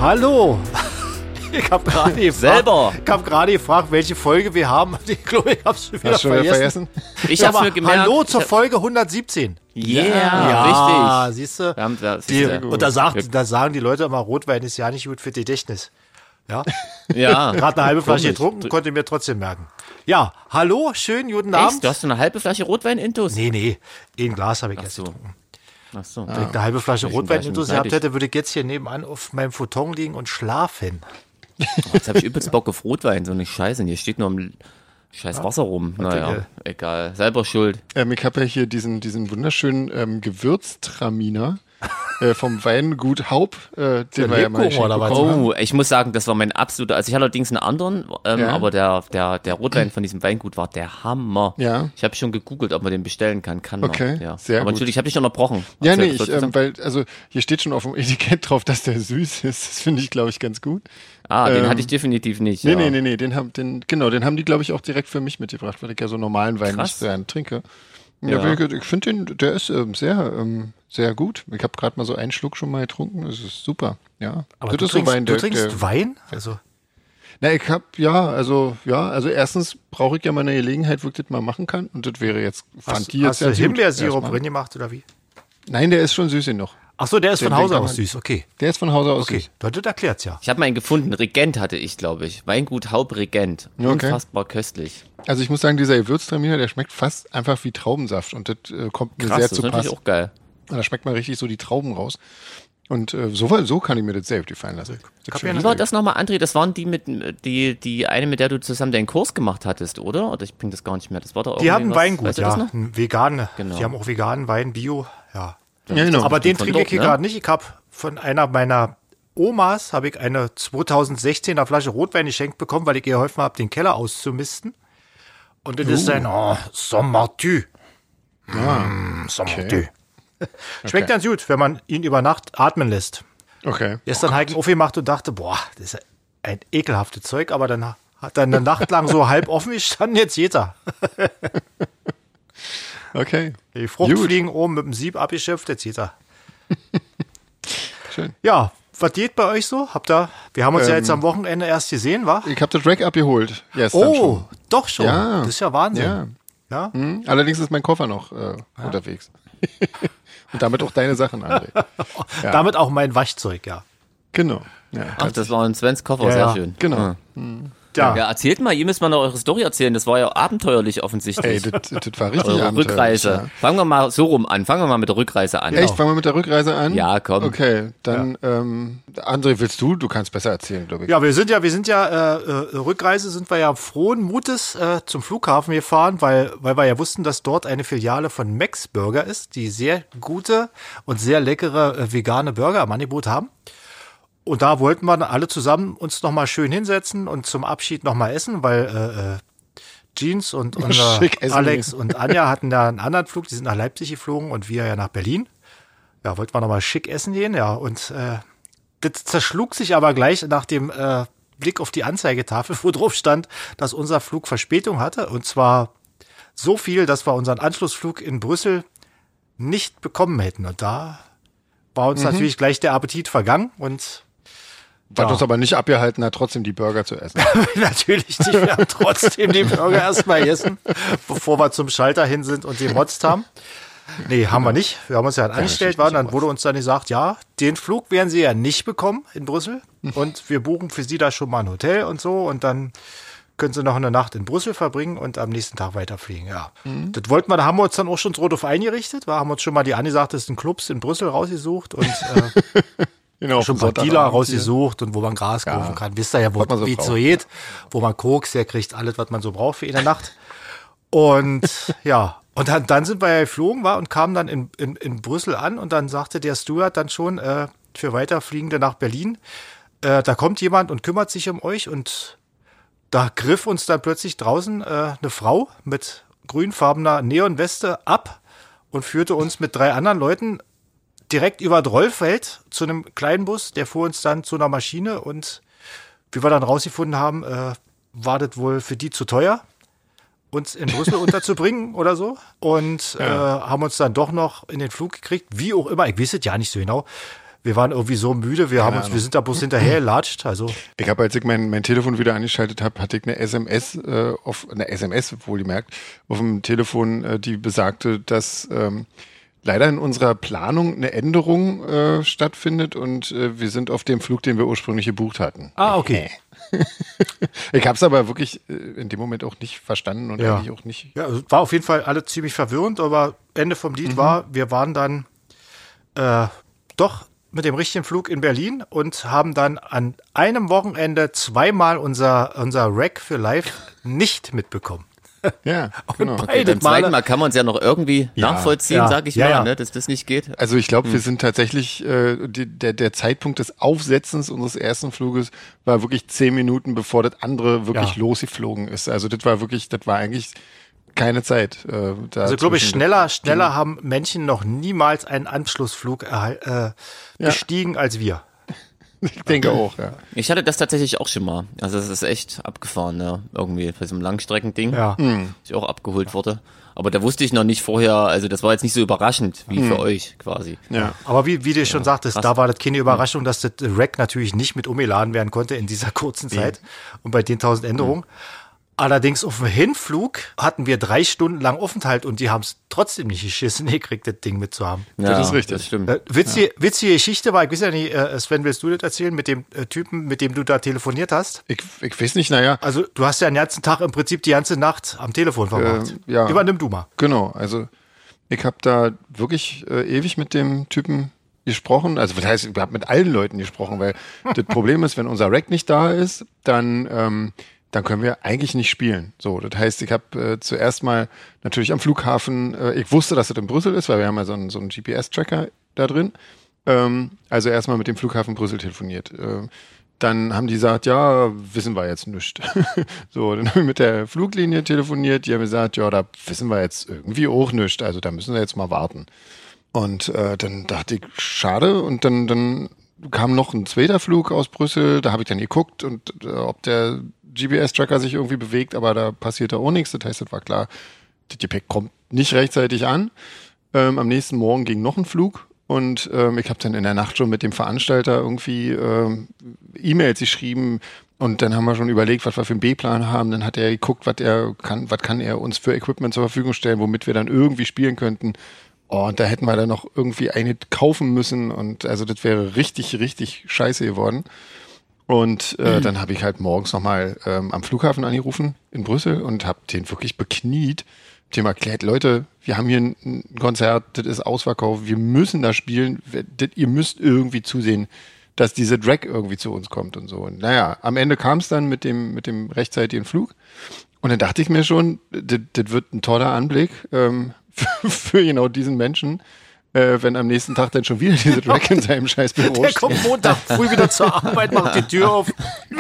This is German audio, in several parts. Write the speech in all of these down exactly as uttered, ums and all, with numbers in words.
Hallo. Ich habe gerade selber. Ich habe gerade gefragt, welche Folge wir haben. Ich glaube, ich habe es schon wieder Hast du schon wieder vergessen. vergessen? Ich habe mir gemerkt. Hallo zur Folge hundertsiebzehn. Yeah, Ja, richtig. siehst du. Wir haben, das ist Die, sehr gut. und da, sagt, da sagen die Leute immer, Rotwein ist ja nicht gut für die Gedächtnis. Ja, Ja. gerade eine halbe Flasche Komisch. getrunken, konnte ich mir trotzdem merken. Ja, hallo, schönen guten Abend. Echt? Du hast so eine halbe Flasche Rotwein intus? Nee, nee, ein Glas habe ich Ach erst so. getrunken. Ach so. Wenn ich eine halbe Flasche Ich bin Rotwein gleich intus schon gehabt fertig. hätte, würde ich jetzt hier nebenan auf meinem Futon liegen und schlafen. Jetzt habe ich übelst Bock auf Rotwein, so eine Scheiße. Hier steht nur ein scheiß Wasser rum. Naja, Okay. egal. Selber schuld. Ähm, ich habe ja hier diesen, diesen wunderschönen ähm, Gewürztraminer äh, vom Weingut Haub, äh, den wir ja mal Lebkuchen oder geschenkt was? bekommen haben. Oh, ich muss sagen, das war mein absoluter. Also ich hatte allerdings einen anderen, ähm, Ja. aber der, der, der Rotwein von diesem Weingut war der Hammer. Ja. Ich habe schon gegoogelt, ob man den bestellen kann. Kann man. Okay, Ja. sehr aber gut. Entschuldigung, ich habe dich unterbrochen. Ja, Erzähl, nee, was ich, wolltest du ähm, sagen? weil, also hier steht schon auf dem Etikett drauf, dass der süß ist. Das finde ich, glaube ich, ganz gut. Ah, den ähm, hatte ich definitiv nicht. Nee, ja. nee, nee, nee, den haben, den, genau, den haben die, glaube ich, auch direkt für mich mitgebracht, weil ich ja so normalen Wein Krass. nicht so gern trinke. Ja, Ja. weil Ich, ich finde den, der ist ähm, sehr, ähm, sehr gut. Ich habe gerade mal so einen Schluck schon mal getrunken. Das ist super. Ja. Aber das du ist trinkst, so Wein, du der, trinkst der, Wein? Also, Na, ich hab, ja, also, ja, also erstens brauche ich ja mal eine Gelegenheit, wo ich das mal machen kann. Und das wäre jetzt, fand hast, die jetzt hast du ja gut Himbeersirup erstmal. drin gemacht oder wie? Nein, der ist schon süß genug. Ach so, der ist Den- von den Hause kann aus man- süß, okay. Der ist von Hause aus Okay, süß. das erklärt's ja. Ich habe mal einen gefunden. Regent hatte ich, glaube ich. Weingut Haub Regent. Okay. Unfassbar köstlich. Also ich muss sagen, dieser Gewürztraminer, der schmeckt fast einfach wie Traubensaft. Und das äh, kommt mir Krass, sehr das zu ist natürlich Pass. auch geil. Da schmeckt man richtig so die Trauben raus. Und äh, so, so kann ich mir das selbst gefallen lassen. Ich hab schön. ja Wie war das nochmal, André? Das waren die mit, die, die eine, mit der du zusammen deinen Kurs gemacht hattest, oder? Oder ich bring das gar nicht mehr. Das war doch Die haben irgendwie ein was- Weingut, weißt du das ja. noch? Ein vegan, Genau. Die haben auch veganen Wein, Bio, ja. Ja, genau. Aber den von trinke ich dort, hier ne? gerade nicht. Ich habe von einer meiner Omas habe ich eine zweitausendsechzehner Flasche Rotwein geschenkt bekommen, weil ich ihr geholfen habe, den Keller auszumisten. Und das ist ein oh, Saint-Martin. Mm, Saint-Martin. Schmeckt ganz gut, wenn man ihn über Nacht atmen lässt. Okay. Gestern habe ich ihn aufgemacht und dachte, boah, das ist ein ekelhaftes Zeug, aber dann hat er eine Nacht lang so halb offen gestanden, jetzt geht er. Okay. Die Gut. Fruchtfliegen oben mit dem Sieb abgeschöpft, jetzt geht er. Schön. Ja, was geht bei euch so? Habt ihr, wir haben uns ja Ähm, jetzt am Wochenende erst gesehen, wa? Ich habe das Rack abgeholt. Gestern Oh, schon. doch schon. Ja. Das ist ja Wahnsinn. Ja. Ja. Hm? Allerdings ist mein Koffer noch äh, unterwegs. Und damit auch deine Sachen, André. Ja. Damit auch mein Waschzeug, ja. Genau. Ja, Ach, das war ein Svens Koffer, Ja, sehr ja. schön. genau. Ah. Ja, Ja, erzählt mal, ihr müsst mal noch eure Story erzählen. Das war ja abenteuerlich Ey, offensichtlich. das, das war richtig Eure abenteuerlich, Rückreise. Fangen wir mal so rum an. Fangen wir mal mit der Rückreise an. Ja. Echt? Fangen wir mit der Rückreise an? Ja, komm. Okay, dann, ähm, André, willst du? Du kannst besser erzählen, glaube ich. ja, wir sind ja, wir sind ja, äh, äh, Rückreise sind wir ja frohen Mutes äh, zum Flughafen gefahren, weil, weil wir ja wussten, dass dort eine Filiale von Max Burger ist, die sehr gute und sehr leckere äh, vegane Burger am Angebot haben. Und da wollten wir dann alle zusammen uns nochmal schön hinsetzen und zum Abschied nochmal essen, weil äh, äh, Jeans und, und äh, Schick essen Alex gehen. und Anja hatten da einen anderen Flug, die sind nach Leipzig geflogen und wir ja nach Berlin. Ja, wollten wir nochmal schick essen gehen, ja. Und äh, das zerschlug sich aber gleich nach dem äh, Blick auf die Anzeigetafel, wo drauf stand, dass unser Flug Verspätung hatte. Und zwar so viel, dass wir unseren Anschlussflug in Brüssel nicht bekommen hätten. Und da war uns natürlich gleich der Appetit vergangen und Hat ja. uns aber nicht abgehalten hat, trotzdem die Burger zu essen. natürlich nicht. Wir haben trotzdem die Burger erstmal gegessen, bevor wir zum Schalter hin sind und gemotzt haben. Nee, haben wir nicht. Wir haben uns ja halt angestellt, waren, dann wurde uns dann gesagt, ja, den Flug werden Sie ja nicht bekommen in Brüssel und wir buchen für Sie da schon mal ein Hotel und so und dann können Sie noch eine Nacht in Brüssel verbringen und am nächsten Tag weiterfliegen, ja. Das wollten wir, da haben wir uns dann auch schon so drauf eingerichtet, wir haben uns schon mal die angesagtesten Clubs in Brüssel rausgesucht und äh, Genau, schon ein paar Dealer rausgesucht und wo man Gras kaufen kann. Wisst ihr ja, wo Was man so wie es braucht. so geht, wo man Koks, der kriegt alles, was man so braucht für eine Nacht. Und ja, und dann, dann sind wir ja geflogen, war und kamen dann in, in, in Brüssel an und dann sagte der Steward dann schon äh, für Weiterfliegende nach Berlin, äh, da kommt jemand und kümmert sich um euch und da griff uns dann plötzlich draußen äh, eine Frau mit grünfarbener Neonweste ab und führte uns mit drei anderen Leuten direkt über das Rollfeld zu einem kleinen Bus, der fuhr uns dann zu einer Maschine und wie wir dann rausgefunden haben, äh, war das wohl für die zu teuer, uns in Brüssel unterzubringen oder so und Ja. äh, haben uns dann doch noch in den Flug gekriegt, wie auch immer, ich weiß es ja nicht so genau. wir waren irgendwie so müde, wir haben uns, wir sind da bloß hinterher gelatscht, also. Ich habe, als ich mein, mein Telefon wieder angeschaltet habe, hatte ich eine S M S, äh, auf, eine S M S, wohlgemerkt, auf dem Telefon, äh, die besagte, dass, ähm, leider in unserer Planung eine Änderung äh, stattfindet und äh, wir sind auf dem Flug, den wir ursprünglich gebucht hatten. Ah, okay. Ich habe es aber wirklich äh, in dem Moment auch nicht verstanden und Ja. eigentlich auch nicht. Ja, also war auf jeden Fall alle ziemlich verwirrend, aber Ende vom Lied mhm. war, wir waren dann äh, doch mit dem richtigen Flug in Berlin und haben dann an einem Wochenende zweimal unser, unser Rack für live nicht mitbekommen. Ja, genau. Und Okay, beide beim zweiten Male, Mal kann man es ja noch irgendwie Ja. nachvollziehen, Ja. sag ich Ja, mal, ja. ne, dass das nicht geht. Also ich glaube, wir sind tatsächlich, äh, die, der, der Zeitpunkt des Aufsetzens unseres ersten Fluges war wirklich zehn Minuten, bevor das andere wirklich Ja. losgeflogen ist. Also das war wirklich, das war eigentlich keine Zeit. Äh, da also glaube ich, zwischen- schneller, schneller haben Menschen noch niemals einen Anschlussflug erhal- äh, bestiegen als wir. Ich denke auch, ja. Ich hatte das tatsächlich auch schon mal. Also das ist echt abgefahren, ne? Irgendwie bei so einem Langstreckending. Ja. Ich auch abgeholt wurde. Aber da wusste ich noch nicht vorher, also das war jetzt nicht so überraschend wie für euch quasi. Ja. Aber wie, wie du schon sagtest, krass. da war das keine Überraschung, dass das Rack natürlich nicht mit umgeladen werden konnte in dieser kurzen Zeit und bei den tausend Änderungen. Allerdings auf dem Hinflug hatten wir drei Stunden lang Aufenthalt und die haben es trotzdem nicht geschissen gekriegt, das Ding mitzuhaben. Ja, ist richtig. Das stimmt. Äh, witzige, witzige Geschichte war, ich weiß ja nicht, äh, Sven, willst du das erzählen mit dem äh, Typen, mit dem du da telefoniert hast? Ich, ich weiß nicht, naja, Also du hast ja den ganzen Tag im Prinzip die ganze Nacht am Telefon verbracht. Ähm, ja. Übernimm du mal. genau. Also ich habe da wirklich äh, ewig mit dem Typen gesprochen. Also das heißt, ich habe mit allen Leuten gesprochen, weil das Problem ist, wenn unser Rack nicht da ist, dann ähm, dann können wir eigentlich nicht spielen. So, das heißt, ich habe äh, zuerst mal natürlich am Flughafen, äh, ich wusste, dass das in Brüssel ist, weil wir haben ja so einen, so einen G P S-Tracker da drin. Ähm, also erstmal mit dem Flughafen Brüssel telefoniert. Ähm, dann haben die gesagt, ja, wissen wir jetzt nicht. So, dann haben wir mit der Fluglinie telefoniert, die haben gesagt, ja, da wissen wir jetzt irgendwie auch nicht. Also da müssen wir jetzt mal warten. Und äh, dann dachte ich, schade. Und dann, dann kam noch ein zweiter Flug aus Brüssel. Da habe ich dann geguckt, und äh, ob der G P S-Tracker sich irgendwie bewegt, aber da passierte auch nichts. Das heißt, es war klar, das Gepäck kommt nicht rechtzeitig an. Ähm, am nächsten Morgen ging noch ein Flug. Und ähm, ich habe dann in der Nacht schon mit dem Veranstalter irgendwie ähm, E-Mails geschrieben. Und dann haben wir schon überlegt, was wir für einen B-Plan haben. Dann hat er geguckt, was er kann, was kann er uns für Equipment zur Verfügung stellen, womit wir dann irgendwie spielen könnten. Oh, und da hätten wir dann noch irgendwie eine kaufen müssen. Und also das wäre richtig, richtig scheiße geworden. Und äh, mhm. dann habe ich halt morgens nochmal ähm, am Flughafen angerufen in Brüssel und habe den wirklich bekniet, dem erklärt, Leute, wir haben hier ein, ein Konzert, das ist ausverkauft, wir müssen da spielen, das, ihr müsst irgendwie zusehen, dass diese Drag irgendwie zu uns kommt und so. Und naja, am Ende kam es dann mit dem, mit dem rechtzeitigen Flug. Und dann dachte ich mir schon, das, das wird ein toller Anblick ähm, für, für genau diesen Menschen, äh, wenn am nächsten Tag dann schon wieder diese Drag in seinem scheiß Büro Der steht. kommt Montag früh wieder zur Arbeit, macht die Tür auf.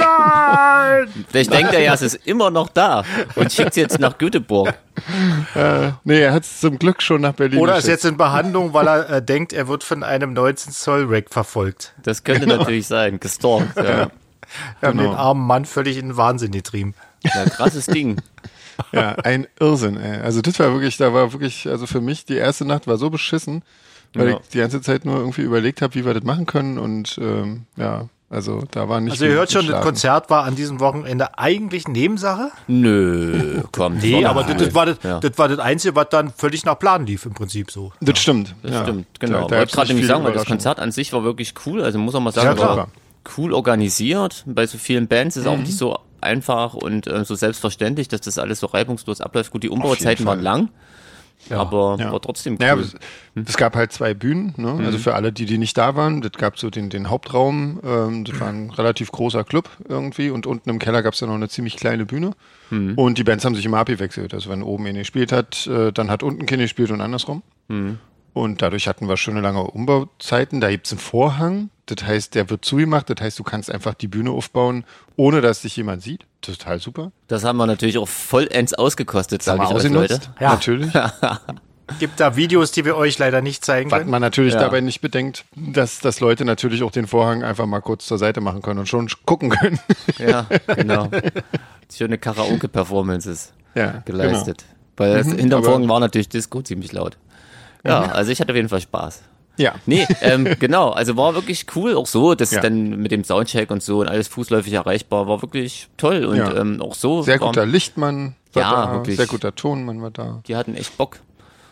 Nein! Vielleicht denkt er ja, es ist immer noch da und schickt es jetzt nach Göteborg. Äh, nee, er hat es zum Glück schon nach Berlin Oder ist geschickt. jetzt in Behandlung, weil er äh, denkt, er wird von einem neunzehn Zoll Rack verfolgt. Das könnte Genau. natürlich sein, gestalkt. Ja. Wir haben Genau. den armen Mann völlig in den Wahnsinn getrieben. Ja, krasses Ding. Ja, ein Irrsinn, ey. Also das war wirklich, da war wirklich, also für mich, die erste Nacht war so beschissen, weil Ja. ich die ganze Zeit nur irgendwie überlegt habe, wie wir das machen können, und ähm, ja, also da war nicht Also ihr viel hört schon, das geschlafen. Konzert war an diesem Wochenende eigentlich Nebensache. Nö, komm. das Nee, war aber doch das, cool. das, war das, Ja. das war das Einzige, was dann völlig nach Plan lief im Prinzip so. Das stimmt. Das ja. stimmt, Da- genau. da Da ich gab's gerade nicht nämlich viele sagen, weil das Überraschungen. Konzert an sich war wirklich cool. Also muss auch mal Ja, sagen, klar. war cool organisiert. Bei so vielen Bands ist auch nicht so einfach und äh, so selbstverständlich, dass das alles so reibungslos abläuft. Gut, die Umbauzeiten waren Fall. lang, aber Ja. war trotzdem cool. Naja, es, es gab halt zwei Bühnen, ne? Mhm. Also für alle, die, die nicht da waren, das gab so den, den Hauptraum, ähm, das war ein relativ großer Club irgendwie, und unten im Keller gab es dann noch eine ziemlich kleine Bühne, Mhm. und die Bands haben sich immer abgewechselt. Also wenn oben eine gespielt hat, äh, dann hat unten keine gespielt und andersrum. Mhm. Und dadurch hatten wir schöne lange Umbauzeiten. Da gibt's einen Vorhang, das heißt, der wird zugemacht, das heißt, du kannst einfach die Bühne aufbauen, ohne dass dich jemand sieht. Total super. Das haben wir natürlich auch vollends ausgekostet, sage ich Haben wir euch, Leute. ausgenutzt, Ja. natürlich. Gibt da Videos, die wir euch leider nicht zeigen Was können. man natürlich Ja. dabei nicht bedenkt, dass, dass Leute natürlich auch den Vorhang einfach mal kurz zur Seite machen können und schon gucken können. Ja, genau. Schöne Karaoke-Performances Ja, geleistet. Weil es hinterm aber- Vorhang war natürlich Disco ziemlich laut. Ja, also ich hatte auf jeden Fall Spaß. Ja. Nee, ähm, genau, also war wirklich cool, auch so, dass Ja. dann mit dem Soundcheck und so und alles fußläufig erreichbar, war wirklich toll und Ja. ähm, auch so. Sehr war, guter Lichtmann war Ja, da, wirklich. sehr guter Tonmann war da. Die hatten echt Bock.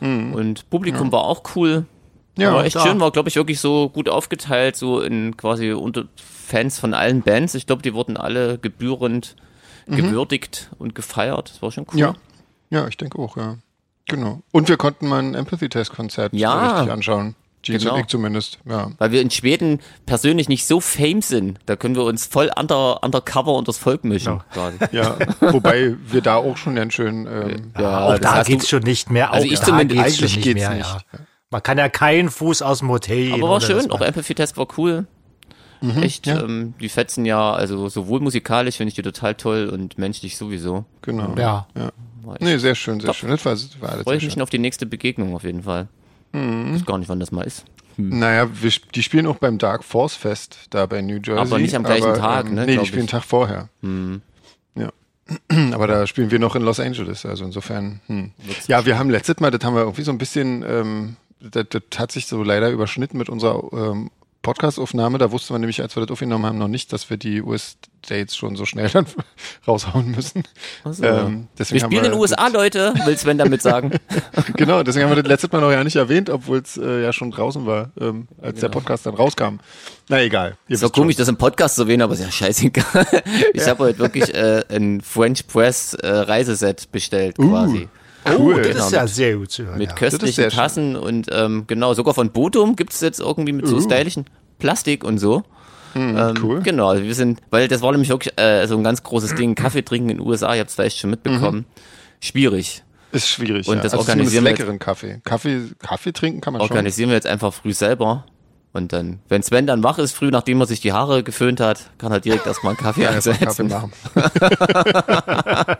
Und Publikum war auch cool. Ja, war echt da. schön, war glaube ich wirklich so gut aufgeteilt, so in quasi unter Fans von allen Bands. Ich glaube, die wurden alle gebührend gewürdigt und gefeiert. Das war schon cool. Ja, ja, ich denke auch, ja. Genau. Und wir konnten mal ein Empathy-Test-Konzert Ja. richtig anschauen. Jeans Genau. und ich zumindest, ja. Weil wir in Schweden persönlich nicht so fame sind. Da können wir uns voll under, undercover unter das Volk mischen. Quasi. Ja, wobei wir da auch schon ganz schön, ähm, Ja, Auch das da hast geht's du- schon nicht mehr. Also auch ich da zumindest- geht's schon eigentlich nicht geht's mehr, nicht. Ja. Man kann ja keinen Fuß aus dem Hotel heben. Aber war ohne schön, dass auch man- Empathy-Test war cool. Echt, ja. ähm, die fetzen ja, also sowohl musikalisch finde ich die total toll und menschlich sowieso. genau. Ja. ja. War echt- Nee, sehr schön, sehr Top. schön. Das war, das war alles Freue sehr ich mich schön. schon auf die nächste Begegnung auf jeden Fall. Ich weiß gar nicht, wann das mal ist. Naja, wir, sp- die spielen auch beim Dark Force Fest da bei New Jersey. Aber nicht am gleichen aber, Tag, ähm, ne, Nee, die glaub spielen einen ich. Tag vorher. Ja. Aber da spielen wir noch in Los Angeles, also insofern. Hm. Ja, wir haben letztes Mal, das haben wir irgendwie so ein bisschen, ähm, das, das hat sich so leider überschnitten mit unserer ähm, Podcast-Aufnahme. Da wussten wir nämlich, als wir das aufgenommen haben, noch nicht, dass wir die U S-Dates schon so schnell dann raushauen müssen. Also, Ähm, wir deswegen haben spielen in den U S A, Leute, will Sven damit sagen. Genau, deswegen haben wir das letztes Mal noch ja nicht erwähnt, obwohl es äh, ja schon draußen war, ähm, als der Podcast dann rauskam. Na egal. Ihr Ist doch wisst komisch, schon. das im Podcast zu erwähnen, aber ist ja scheißegal. Ich habe heute wirklich äh, ein French Press äh, Reiseset bestellt quasi. Oh, Cool. das Genau, ist ja mit- sehr gut zu hören. Mit ja. köstlichen sehr schön. Tassen und ähm, genau, sogar von Bodum gibt es jetzt irgendwie mit so Uh. stylischen Plastik und so. ähm, cool. Genau, also wir sind, weil das war nämlich wirklich äh, so ein ganz großes Ding, Kaffee trinken in den U S A, ihr habt es vielleicht schon mitbekommen. Schwierig. Ist schwierig. Und ja. das also organisieren wir zumindest leckeren Kaffee. Kaffee. Kaffee trinken kann man Organisieren wir jetzt einfach früh selber. Und dann, wenn Sven dann wach ist, früh, nachdem er sich die Haare geföhnt hat, kann er direkt erstmal einen Kaffee schon. Erstmal Kaffee einsetzen. machen.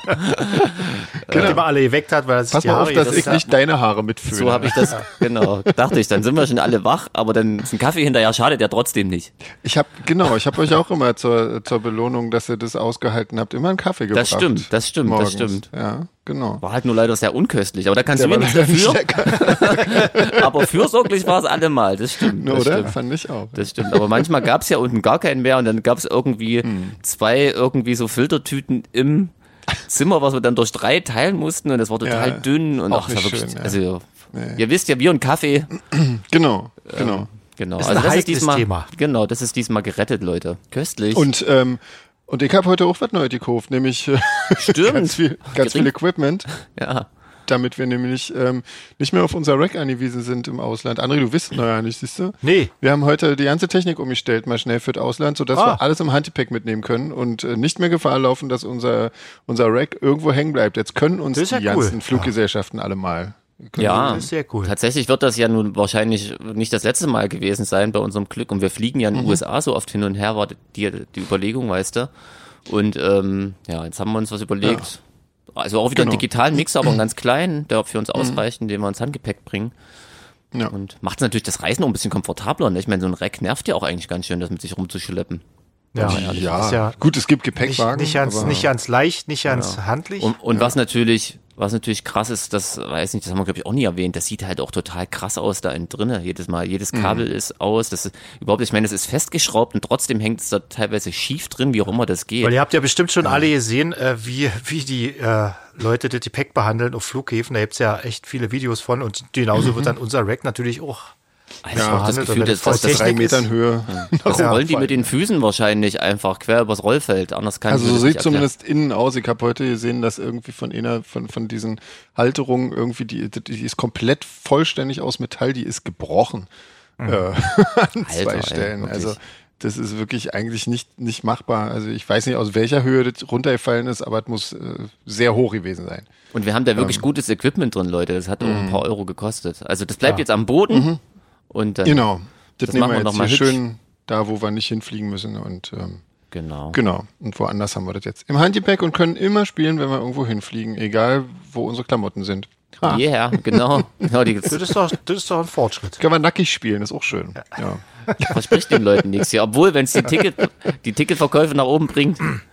Genau. Immer alle geweckt hat, weil er sich Pass die mal Haare auf, dass gerissen ich hat. nicht deine Haare mitfühle. So habe ich das, genau, dachte ich, dann sind wir schon alle wach, aber dann ist ein Kaffee hinterher, schadet ja trotzdem nicht. Ich habe genau, ich habe euch auch immer zur, zur Belohnung, dass ihr das ausgehalten habt, immer einen Kaffee gebracht. Das stimmt, das stimmt, morgens. das stimmt. Ja, genau. War halt nur leider sehr unköstlich, aber da kannst Der du war mir nichts leider nicht dafür. lecker, Aber fürsorglich war es allemal, das stimmt. Das oder? stimmt. Fand ich auch. Das stimmt, aber manchmal gab es ja unten gar keinen mehr und dann gab es irgendwie Hm. zwei irgendwie so Filtertüten im Zimmer, was wir dann durch drei teilen mussten und das war total Ja, dünn und auch ach, das war nicht wirklich, schön, ja. also Nee. ihr wisst ja, Bier und Kaffee, Genau, genau. genau. Ist also ein das ist heikles diesmal, Thema. genau, das ist diesmal gerettet, Leute. Köstlich. Und ähm, und ich habe heute auch was Neues gekauft, nämlich äh, Stimmt. ganz viel, ganz viel Gering- Equipment, ja. damit wir nämlich ähm, nicht mehr auf unser Rack angewiesen sind im Ausland. André, du weißt noch ja nicht, siehst du? Nee. Wir haben heute die ganze Technik umgestellt, mal schnell für das Ausland, sodass Ah. wir alles im Handgepäck mitnehmen können und äh, nicht mehr Gefahr laufen, dass unser, unser Rack irgendwo hängen bleibt. Jetzt können uns Das ist die ja cool. ganzen Fluggesellschaften alle mal. Können Ja, Das ist sehr cool. tatsächlich wird das ja nun wahrscheinlich nicht das letzte Mal gewesen sein bei unserem Glück und wir fliegen ja in den Mhm. U S A so oft hin und her, war die, die Überlegung, weißt du. Und ähm, ja, jetzt haben wir uns was überlegt. Also auch wieder Genau. einen digitalen Mixer, aber einen ganz kleinen, der für uns ausreicht, den wir ins Handgepäck bringen. Ja. Und macht natürlich das Reisen auch ein bisschen komfortabler. Ne? Ich meine, so ein Rack nervt ja auch eigentlich ganz schön, das mit sich rumzuschleppen. Ja, Ja, ist ja gut, es gibt nicht, Gepäckwagen. nicht, ans, aber nicht ans leicht, nicht ans handlich. Und, und was natürlich, was natürlich krass ist, das weiß nicht, das haben wir glaube ich auch nie erwähnt, das sieht halt auch total krass aus da innen drinne. Jedes Mal, jedes Kabel ist aus, das ist überhaupt, ich meine, das ist festgeschraubt und trotzdem hängt es da teilweise schief drin, wie auch immer das geht. Weil ihr habt ja bestimmt schon alle gesehen, äh, wie, wie die äh, Leute das Gepäck behandeln auf Flughäfen. Da gibt's ja echt viele Videos von und genauso wird dann unser Rack natürlich auch. Also ich habe das behandelt, Gefühl, und wenn dass es das, aus voll das, drei Technik Metern ist. Höhe. das Ja, rollen die voll. mit den Füßen wahrscheinlich einfach quer übers Rollfeld, anders kann Also ich mir so das sieht nicht erklären. zumindest innen aus. Ich habe heute gesehen, dass irgendwie von einer von, von diesen Halterungen irgendwie, die, die ist komplett vollständig aus Metall, die ist gebrochen äh, an zwei Alter, ey, Stellen. wirklich. Also das ist wirklich eigentlich nicht, nicht machbar. Also ich weiß nicht, aus welcher Höhe das runtergefallen ist, aber es muss äh, sehr hoch gewesen sein. Und wir haben da Ähm. wirklich gutes Equipment drin, Leute. Das hat auch ein paar Euro gekostet. Also das bleibt Ja. jetzt am Boden und dann, Genau. Das, Das nehmen machen wir wir jetzt noch mal hier hübsch. schön da, wo wir nicht hinfliegen müssen und ähm, genau. genau. Und woanders haben wir das jetzt im Handgepäck und können immer spielen, wenn wir irgendwo hinfliegen, egal wo unsere Klamotten sind. Ah, Yeah, genau. genau die, Das ist doch, das ist doch ein Fortschritt. Können wir nackig spielen, ist auch schön. Ja. verspricht den Leuten nichts hier. Obwohl, wenn es die Ticket, die Ticketverkäufe nach oben bringt,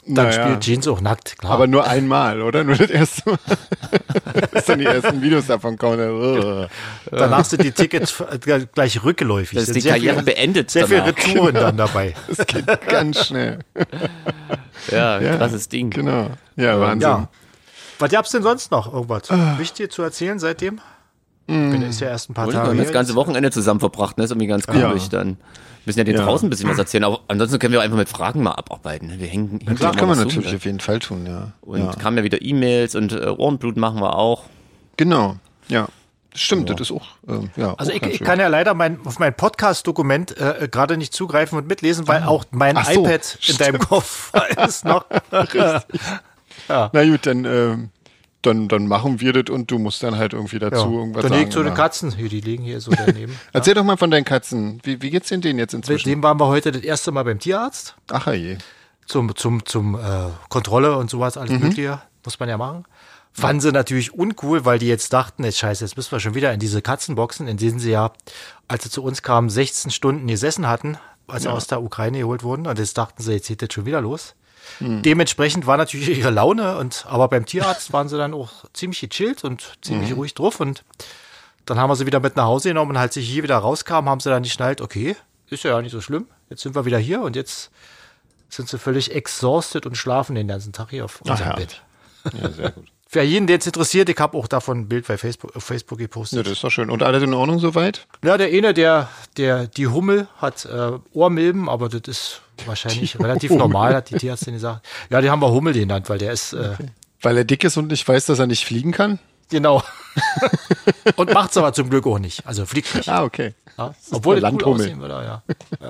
Dann Naja. spielt Jeans auch nackt, klar. Aber nur einmal, oder? Nur das erste Mal. Das sind die ersten Videos davon kommen. danach sind die Tickets äh, gleich rückläufig. Das ist Sind die sehr Karriere viel, beendet Sehr viele danach. Retouren dann dabei. Das geht ganz schnell. Ja, Ja, krasses Ding. Genau. Ja, Wahnsinn. Ja. Was gab's denn sonst noch? Irgendwas Wichtiges zu erzählen seitdem? Mm. Bin ist ja erst ein paar Und wir Tage haben das her. ganze Wochenende zusammen verbracht, ne? Das ist irgendwie ganz komisch Ja. dann. Wir müssen ja den Ja. draußen ein bisschen was erzählen, aber ansonsten können wir einfach mit Fragen mal abarbeiten. Ne? Wir hängen, hängen Klar, immer kann man was natürlich rum, auf jeden Fall tun, ja. ne? Und ja. kamen ja wieder E-Mails und äh, Ohrenblut machen wir auch. Genau, ja. Stimmt, das ist auch, ähm, ja. Also auch ich, ganz ich schön. kann ja leider mein, auf mein Podcast-Dokument äh, gerade nicht zugreifen und mitlesen, weil auch mein Ach so, iPad in deinem Kopf ist noch. Na gut, dann, ähm, dann, dann machen wir das und du musst dann halt irgendwie dazu Ja. irgendwas Dann sagen. liegt so eine ja. Katzen. Hier, die liegen hier so daneben. Erzähl doch mal von deinen Katzen. Wie, wie geht's denn denen jetzt Mit inzwischen? dem waren wir heute das erste Mal beim Tierarzt. Ach je. Zum, zum, zum äh, Kontrolle und sowas, alles Mögliche. Muss man ja machen. Fanden sie natürlich uncool, weil die jetzt dachten, jetzt scheiße, jetzt müssen wir schon wieder in diese Katzenboxen, in denen sie ja, als sie zu uns kamen, sechzehn Stunden gesessen hatten, als sie aus der Ukraine geholt wurden. Und jetzt dachten sie, jetzt geht das schon wieder los. Dementsprechend war natürlich ihre Laune, und aber beim Tierarzt waren sie dann auch ziemlich gechillt und ziemlich ruhig drauf. Und dann haben wir sie wieder mit nach Hause genommen, und als sie hier wieder rauskamen, haben sie dann geschnallt, okay, ist ja nicht so schlimm, jetzt sind wir wieder hier, und jetzt sind sie völlig exhausted und schlafen den ganzen Tag hier auf unserem ja. Bett. Ja, sehr gut. Für jeden, der es interessiert, ich habe auch davon ein Bild bei Facebook, auf Facebook Ja, gepostet. das ist doch schön. Und alles in Ordnung soweit? Ja, der eine, der, der, die Hummel hat äh, Ohrmilben, aber das ist wahrscheinlich relativ normal, hat die Tierärztin gesagt. Ja, die haben wir Hummel genannt, weil der ist, äh, Weil er dick ist und nicht weiß, dass er nicht fliegen kann? genau. Und macht's aber zum Glück auch nicht. Also fliegt nicht. Ah, okay. Ja. Obwohl der das cool Landhummel. aussehen würde, ja.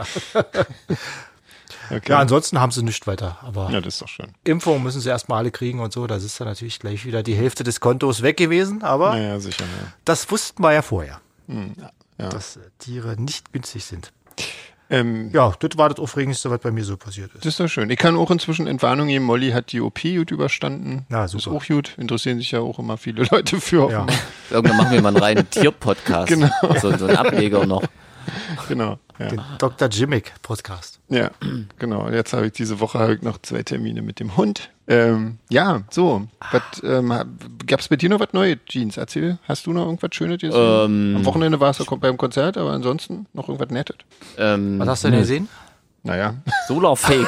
okay. Ja, ansonsten haben sie nichts weiter. Aber Ja, das ist doch schön. Impfung müssen sie erstmal alle kriegen und so. Das ist dann natürlich gleich wieder die Hälfte des Kontos weg gewesen. Aber Naja, sicher. Ja. das wussten wir ja vorher, Ja. dass äh, Tiere nicht günstig sind. Ähm, Ja, das war das Aufregendste, was bei mir so passiert ist. Das ist doch schön. Ich kann auch inzwischen Entwarnung geben, Molly hat die O P gut überstanden. Na, Das ist super. auch gut. Interessieren sich ja auch immer viele Leute für. Ja. offenbar. Irgendwann machen wir mal einen reinen Tier-Podcast. Genau. So, so ein Ableger noch. Genau. Ja. Den Doktor Jimmick Podcast. ja, genau. Und jetzt habe ich diese Woche habe ich noch zwei Termine mit dem Hund. Ähm, ja, so. Was, ähm, gab es bei dir noch was Neues, Jeans? Erzähl, hast du noch irgendwas Schönes gesehen? Ähm, Am Wochenende warst du beim Konzert, aber ansonsten noch irgendwas Nettes? Ähm, Was hast du denn gesehen? Naja. Solarfake.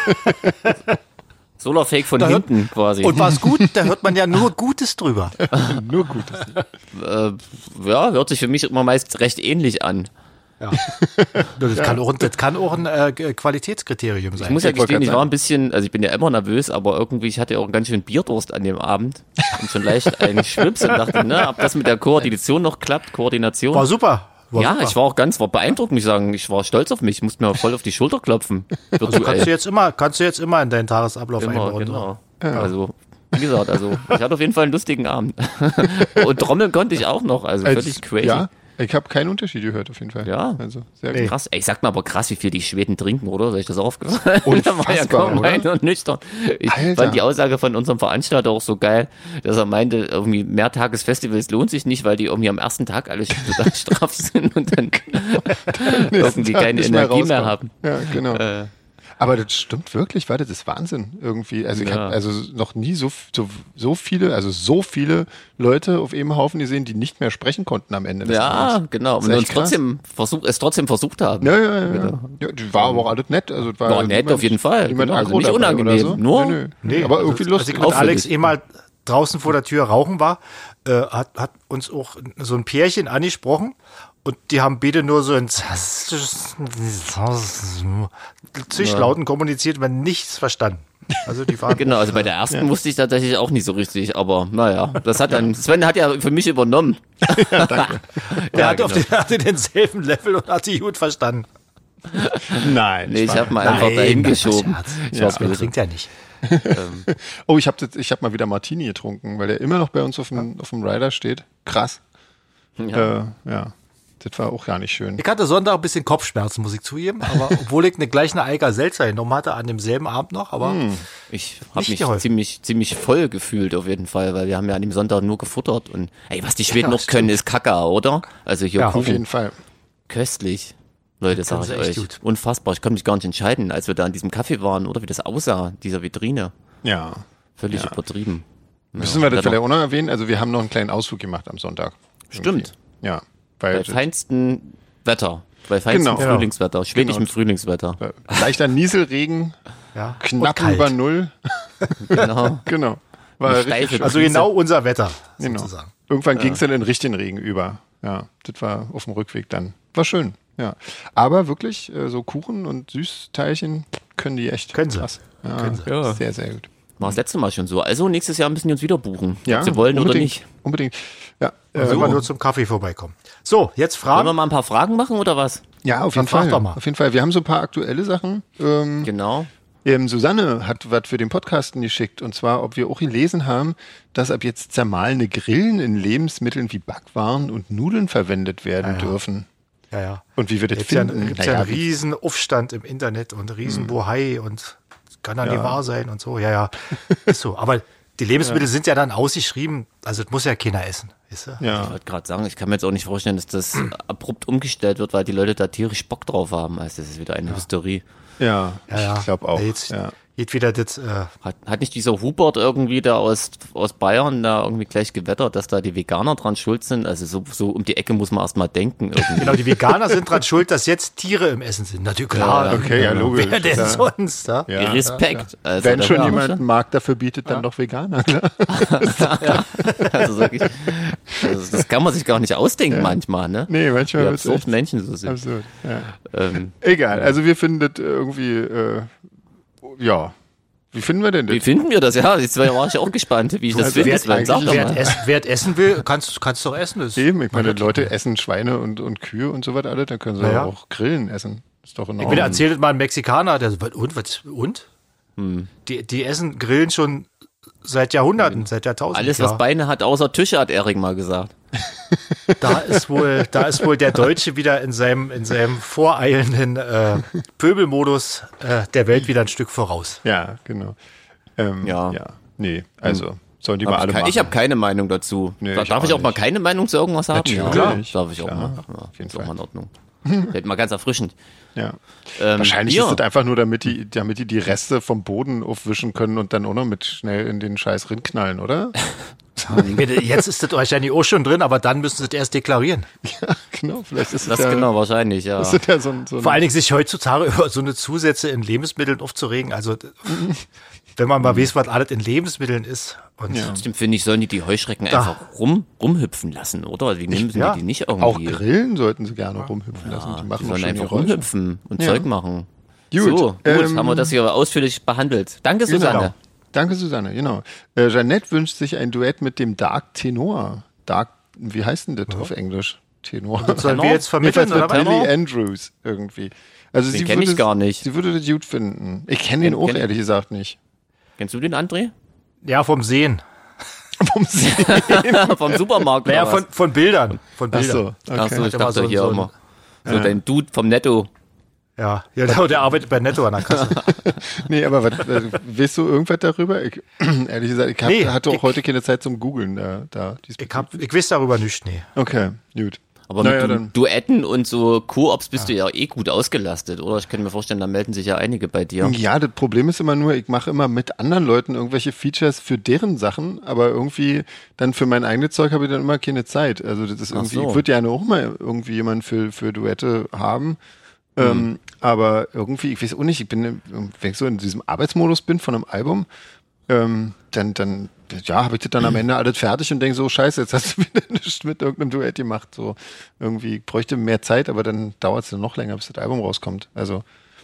Solarfake von Da hört- hinten quasi. Und war's gut? Da hört man ja nur Gutes drüber. Nur Gutes. äh, ja, hört sich für mich immer meist recht ähnlich an. Ja. Das, kann auch, das kann auch ein äh, Qualitätskriterium sein. Ich muss ja Ich wollte gestehen, ich grad war ein bisschen, also ich bin ja immer nervös, aber irgendwie, ich hatte auch einen ganz schön Bierdurst an dem Abend und schon leicht einen Schwips und dachte, ne, ob das mit der Koordination noch klappt, Koordination. War super. War ja, super. ich war auch ganz, war beeindruckt, muss ich sagen, ich war stolz auf mich, ich musste mir voll auf die Schulter klopfen, Also kannst du virtuell. jetzt immer, kannst du jetzt immer in deinen Tagesablauf Immer, einbauen. genau. Also, wie gesagt, also ich hatte auf jeden Fall einen lustigen Abend. Und trommeln konnte ich auch noch, also Als- völlig crazy. Ja, ich habe keinen Unterschied gehört auf jeden Fall. Ja. Also sehr Nee. gut. Krass, ey, ich sag mal aber krass, wie viel die Schweden trinken, oder? Soll ich das aufgefallen? Da war ja Unfassbar, kaum oder? einer nüchtern. Ich Alter. fand die Aussage von unserem Veranstalter auch so geil, dass er meinte, irgendwie Mehrtagesfestivals lohnt sich nicht, weil die irgendwie am ersten Tag alle total straff sind und dann irgendwie Tag keine nicht mehr Energie mehr rauskommen. haben. Ja, genau. Äh, Aber das stimmt wirklich, warte, das ist Wahnsinn irgendwie. Also ich Ja. habe also noch nie so, so so viele, also so viele Leute auf einem Haufen gesehen, die nicht mehr sprechen konnten am Ende des ja, Abends. genau. Das Und ist uns echt krass. trotzdem versucht, es trotzdem versucht haben. Ja, ja, ja. Genau. ja. ja die war aber auch alles nett. Also es war War nett, niemand, auf jeden Fall. Niemand Genau, also aggro nicht dabei unangenehm, Oder so. nur- Nö, nö. aber irgendwie also, lustig. Als ich mit Alex Auffällig. eh mal draußen vor der Tür rauchen war, äh, hat, hat uns auch so ein Pärchen angesprochen, und die haben beide nur so ein Zischlauten kommuniziert, man nichts verstanden. Also die waren Genau, also bei der ersten wusste ich tatsächlich auch nicht so richtig, aber naja, das hat dann, Sven hat ja für mich übernommen. der hat auf den, hatte denselben Level und hat die gut verstanden. Nein. Nee, ich war- habe mal einfach dahin das ist geschoben. Scherz. Ich Ja, war's Sven böse. trinkt ja nicht. Oh, ich habe ich hab mal wieder Martini getrunken, weil der immer noch bei uns auf dem, auf dem Rider steht. Krass. Ja. Äh, ja. Das war auch gar nicht schön. Ich hatte Sonntag ein bisschen Kopfschmerzen, muss ich zugeben, aber obwohl ich eine, gleich eine Eiger Seltzer genommen hatte an demselben Abend noch, aber Ich habe Nicht mich geholfen. ziemlich, ziemlich voll gefühlt auf jeden Fall, weil wir haben ja an dem Sonntag nur gefuttert und ey, was die Schweden Ja, noch können, ist Kakao, oder? Also hier Ja, Auf Kuchen, jeden Fall. köstlich. Leute, Das kann sag ich sie echt euch. gut. Unfassbar. Ich konnte mich gar nicht entscheiden, als wir da in diesem Café waren, oder wie das aussah, dieser Vitrine. Ja. Völlig Ja. übertrieben. Müssen wir das vielleicht auch noch erwähnen? Also wir haben noch einen kleinen Ausflug gemacht am Sonntag. Stimmt. Ja. Bei Weil feinsten Wetter. Bei feinstem Genau. Frühlingswetter. Schwedischem Genau. Frühlingswetter. äh, leichter Nieselregen, Ja. knapp Und kalt. über Null. Genau. Genau. War Eine richtig steife schön. Also genau unser Wetter, Genau. sozusagen. Irgendwann ging es dann in richtigen Regen über. Ja, das war auf dem Rückweg dann. War schön, ja. Aber wirklich, äh, so Kuchen und Süßteilchen können die echt. Können sie. Krass. Ja, Können sie. Ja. Sehr, sehr gut. War das letzte Mal schon so. Also nächstes Jahr müssen die uns wieder buchen. Ja, ob sie wollen oder unbedingt, nicht. Unbedingt. Ja, Wenn äh, wir nur zum Kaffee vorbeikommen. So, jetzt Wollen wir Fragen. mal ein paar Fragen machen oder was? ja, auf jeden frag Fall. doch mal. Auf jeden Fall. Wir haben so ein paar aktuelle Sachen. Ähm, Genau. Ähm, Susanne hat was für den Podcasten geschickt, und zwar, ob wir auch gelesen haben, dass ab jetzt zermahlene Grillen in Lebensmitteln wie Backwaren und Nudeln verwendet werden Ja, ja. dürfen. Ja, ja. Und wie wir das Gibt ja, finden. gibt's ja Naja, einen wie- riesen Aufstand im Internet und riesen Bohai und kann dann Ja. nicht wahr sein und so. Ja, ja. Ist so. Aber die Lebensmittel sind ja dann ausgeschrieben. Also, das muss ja keiner essen. Weißt du? Ich ja. wollte gerade sagen, ich kann mir jetzt auch nicht vorstellen, dass das abrupt umgestellt wird, weil die Leute da tierisch Bock drauf haben. Also das ist wieder eine Hysterie. Ja, Ja, ja. ich glaube auch. Jetzt Ja. geht wieder das. Äh, Hat, hat nicht dieser Hubert irgendwie da aus, aus Bayern da irgendwie gleich gewettert, dass da die Veganer dran schuld sind? Also so, so um die Ecke muss man erst mal denken irgendwie. genau, die Veganer sind dran schuld, dass jetzt Tiere im Essen sind. Natürlich, klar. Ja, Okay, ja, logisch. Wer denn Ja. sonst? Ja? Ja. Respekt. Also, Wenn da schon klar. jemand einen Markt dafür bietet, dann doch Veganer. Klar. Also wirklich, also das kann man sich gar nicht ausdenken manchmal, ne? Nee, manchmal Wie wird's absurd echt Menschen so sind. absurd. Ja. Ähm, Egal, also wir finden das irgendwie, äh, ja. Wie finden wir denn das? wie finden wir das? Ja, jetzt war ich auch gespannt, wie ich das Also finde. wer- Sven. Sag doch Wer, mal. essen, wer essen will, kannst kannst doch essen. Das Eben, ich meine, Leute essen Schweine und, und Kühe und so was alle, dann können sie Naja. auch Grillen essen. Ist doch in Ich Ordnung. mir erzählt mal ein Mexikaner, der so, was, und was und? Hm. Die, die essen Grillen schon seit Jahrhunderten, seit Jahrtausenden. Alles, was ja. Beine hat, außer Tische, hat Erik mal gesagt. Da ist wohl, da ist wohl der Deutsche wieder in seinem in seinem voreilenden äh, Pöbelmodus äh, der Welt wieder ein Stück voraus. Ja, genau. Ähm, ja. Ja. ja. Nee, also sollen die Hab mal ich alle kein, machen. ich habe keine Meinung dazu. Nee, Da- ich Darf auch ich auch mal nicht. keine Meinung zu irgendwas haben? Natürlich, Ja, klar. darf ich auch Klar, mal. Ja, auf jeden ist auch Fall. mal in Ordnung. Fällt mal ganz erfrischend. Ja. Ähm, Wahrscheinlich Bier. ist das einfach nur, damit die, damit die die Reste vom Boden aufwischen können und dann auch noch mit schnell in den Scheiß rinknallen, oder? Jetzt ist das wahrscheinlich auch schon drin, aber dann müssen sie es erst deklarieren. Ja, genau. Vielleicht ist Das es ja, genau, wahrscheinlich, ja. ist es ja so ein, so ein Vor allen Dingen sich heutzutage über so eine Zusätze in Lebensmitteln aufzuregen. Also wenn man mal weiß, was alles in Lebensmitteln ist. Und Ja. Trotzdem finde ich, sollen die die Heuschrecken Da. einfach rum, rumhüpfen lassen, oder? Wie nehmen sie ja. die nicht auch irgendwie? Grillen sollten sie gerne rumhüpfen lassen. Die Die machen doch sollen schon einfach Geräusche. rumhüpfen und Ja. Zeug machen. Gut, So, gut, ähm, haben wir das hier ausführlich behandelt. Danke, Susanne. Genau. Danke, Susanne, genau. Äh, Jeanette wünscht sich ein Duett mit dem Dark Tenor. Dark, wie heißt denn das auf Englisch? Tenor. sollen wir Tenor? jetzt vermitteln Jedenfalls oder mit was? Tenor? Billy Andrews irgendwie. Also Den sie kenn würde, ich gar nicht. Sie würde das gut finden. Ich kenne den Den auch kenn ich- ehrlich gesagt nicht. Kennst du den, André? Ja, vom Sehen. Warum sie? Vom Supermarkt. Naja, oder von, von Bildern. Von Ach Bildern. so, okay. Ach so, ich Der war dachte so- hier so ein- immer. So dein Dude vom Netto. Ja, ja der, der arbeitet bei Netto an der Kasse. Nee, aber was, äh, weißt du irgendwas darüber? Ich, ehrlich gesagt, ich hab, Nee, hatte auch ich- heute keine Zeit zum Googlen da. da Ich, hab, ich weiß darüber nichts, nee. okay, gut. Aber Naja, mit du dann- Duetten und so Koops bist du ja eh gut ausgelastet, oder? Ich kann mir vorstellen, da melden sich ja einige bei dir. Ja, das Problem ist immer nur, ich mache immer mit anderen Leuten irgendwelche Features für deren Sachen, aber irgendwie dann für mein eigenes Zeug habe ich dann immer keine Zeit. Also das ist Ach irgendwie, so. ich würde gerne auch mal irgendwie jemanden für, für Duette haben. Hm. Ähm, aber irgendwie, ich weiß auch nicht, ich bin, wenn ich so in diesem Arbeitsmodus bin von einem Album, ähm, dann, dann, ja, habe ich das dann am Ende alles fertig und denke so, scheiße, jetzt hast du wieder nichts mit irgendeinem Duett gemacht. So irgendwie, ich bräuchte mehr Zeit, aber dann dauert es dann noch länger, bis das Album rauskommt. Also,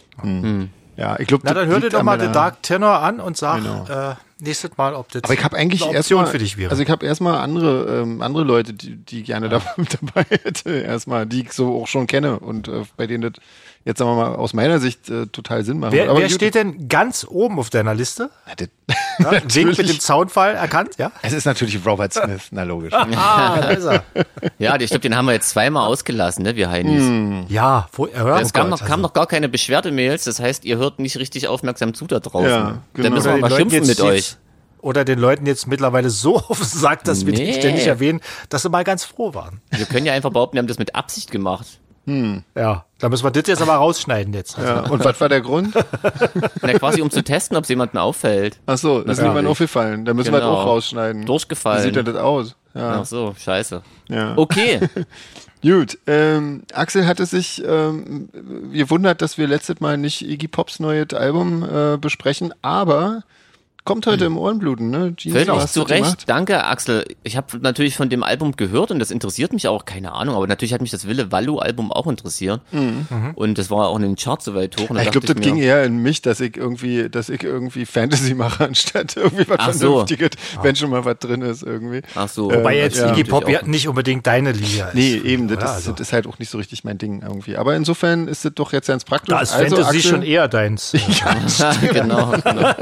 hm. ja, ich glaube, Na, dann hör dir doch mal den Dark Tenor an und sag Genau. äh, nächstes Mal, ob das Aber ich habe eigentlich eine Option erstmal, für dich wäre. also ich habe erstmal andere ähm, andere Leute, die, die ich gerne da, dabei hätte, erstmal, die ich so auch schon kenne und äh, bei denen das jetzt sagen wir mal aus meiner Sicht äh, total Sinn macht. wer Aber wer gut, steht denn ganz oben auf deiner Liste? Ja, das, Ja, Wink mit dem natürlich. Zaunfall erkannt, ja? Es ist natürlich Robert Smith, na logisch. Ah, da ist er. Ja, ich glaube, den haben wir jetzt zweimal ausgelassen, ne, wir Heinis. Ja, wo, ja Es oh kam Gott, noch, kam noch gar keine Beschwerdemails, das heißt, ihr hört nicht richtig aufmerksam zu da draußen. Ja, genau. Dann müssen wir den mal Leuten schimpfen jetzt- mit euch. jetzt- Oder den Leuten jetzt mittlerweile so auf den Sack, dass wir Nee. die ständig erwähnen, dass sie mal ganz froh waren. Wir können ja einfach behaupten, wir haben das mit Absicht gemacht. Hm. Ja, da müssen wir das jetzt aber rausschneiden jetzt. Ja. Und was war der Grund? Na, quasi um zu testen, ob es jemandem auffällt. Ach so, das ist Ja. jemand aufgefallen. Da müssen wir Genau. das auch rausschneiden. Durchgefallen. Wie sieht denn das aus? Ja. Ach so, scheiße. Ja. Okay. Gut, ähm, Axel hatte sich ähm, gewundert, dass wir letztes Mal nicht Iggy Pops neues Album äh, besprechen, aber kommt heute im Ohrenbluten, ne? Jeans, Völlig hast zu du Recht. gemacht? Danke, Axel. Ich habe natürlich von dem Album gehört und das interessiert mich auch, keine Ahnung, aber natürlich hat mich das Wille Wallo-Album auch interessiert. Mhm. Und das war auch in den Charts so weit hoch. Und da Ich glaube, dachte das mir, ging eher in mich, dass ich irgendwie, dass ich irgendwie Fantasy mache, anstatt irgendwie was Ach so. Vernünftiges, wenn schon mal was drin ist irgendwie. Ach so. Wobei Ähm, jetzt ja. Iggy Pop Natürlich ja auch. nicht unbedingt deine Liga ist. Nee, eben, das, oder? ist, Also, das ist halt auch nicht so richtig mein Ding irgendwie. Aber insofern ist das doch jetzt ganz praktisch. da ist also, Fantasy Axel, schon eher deins. Ja, genau. genau.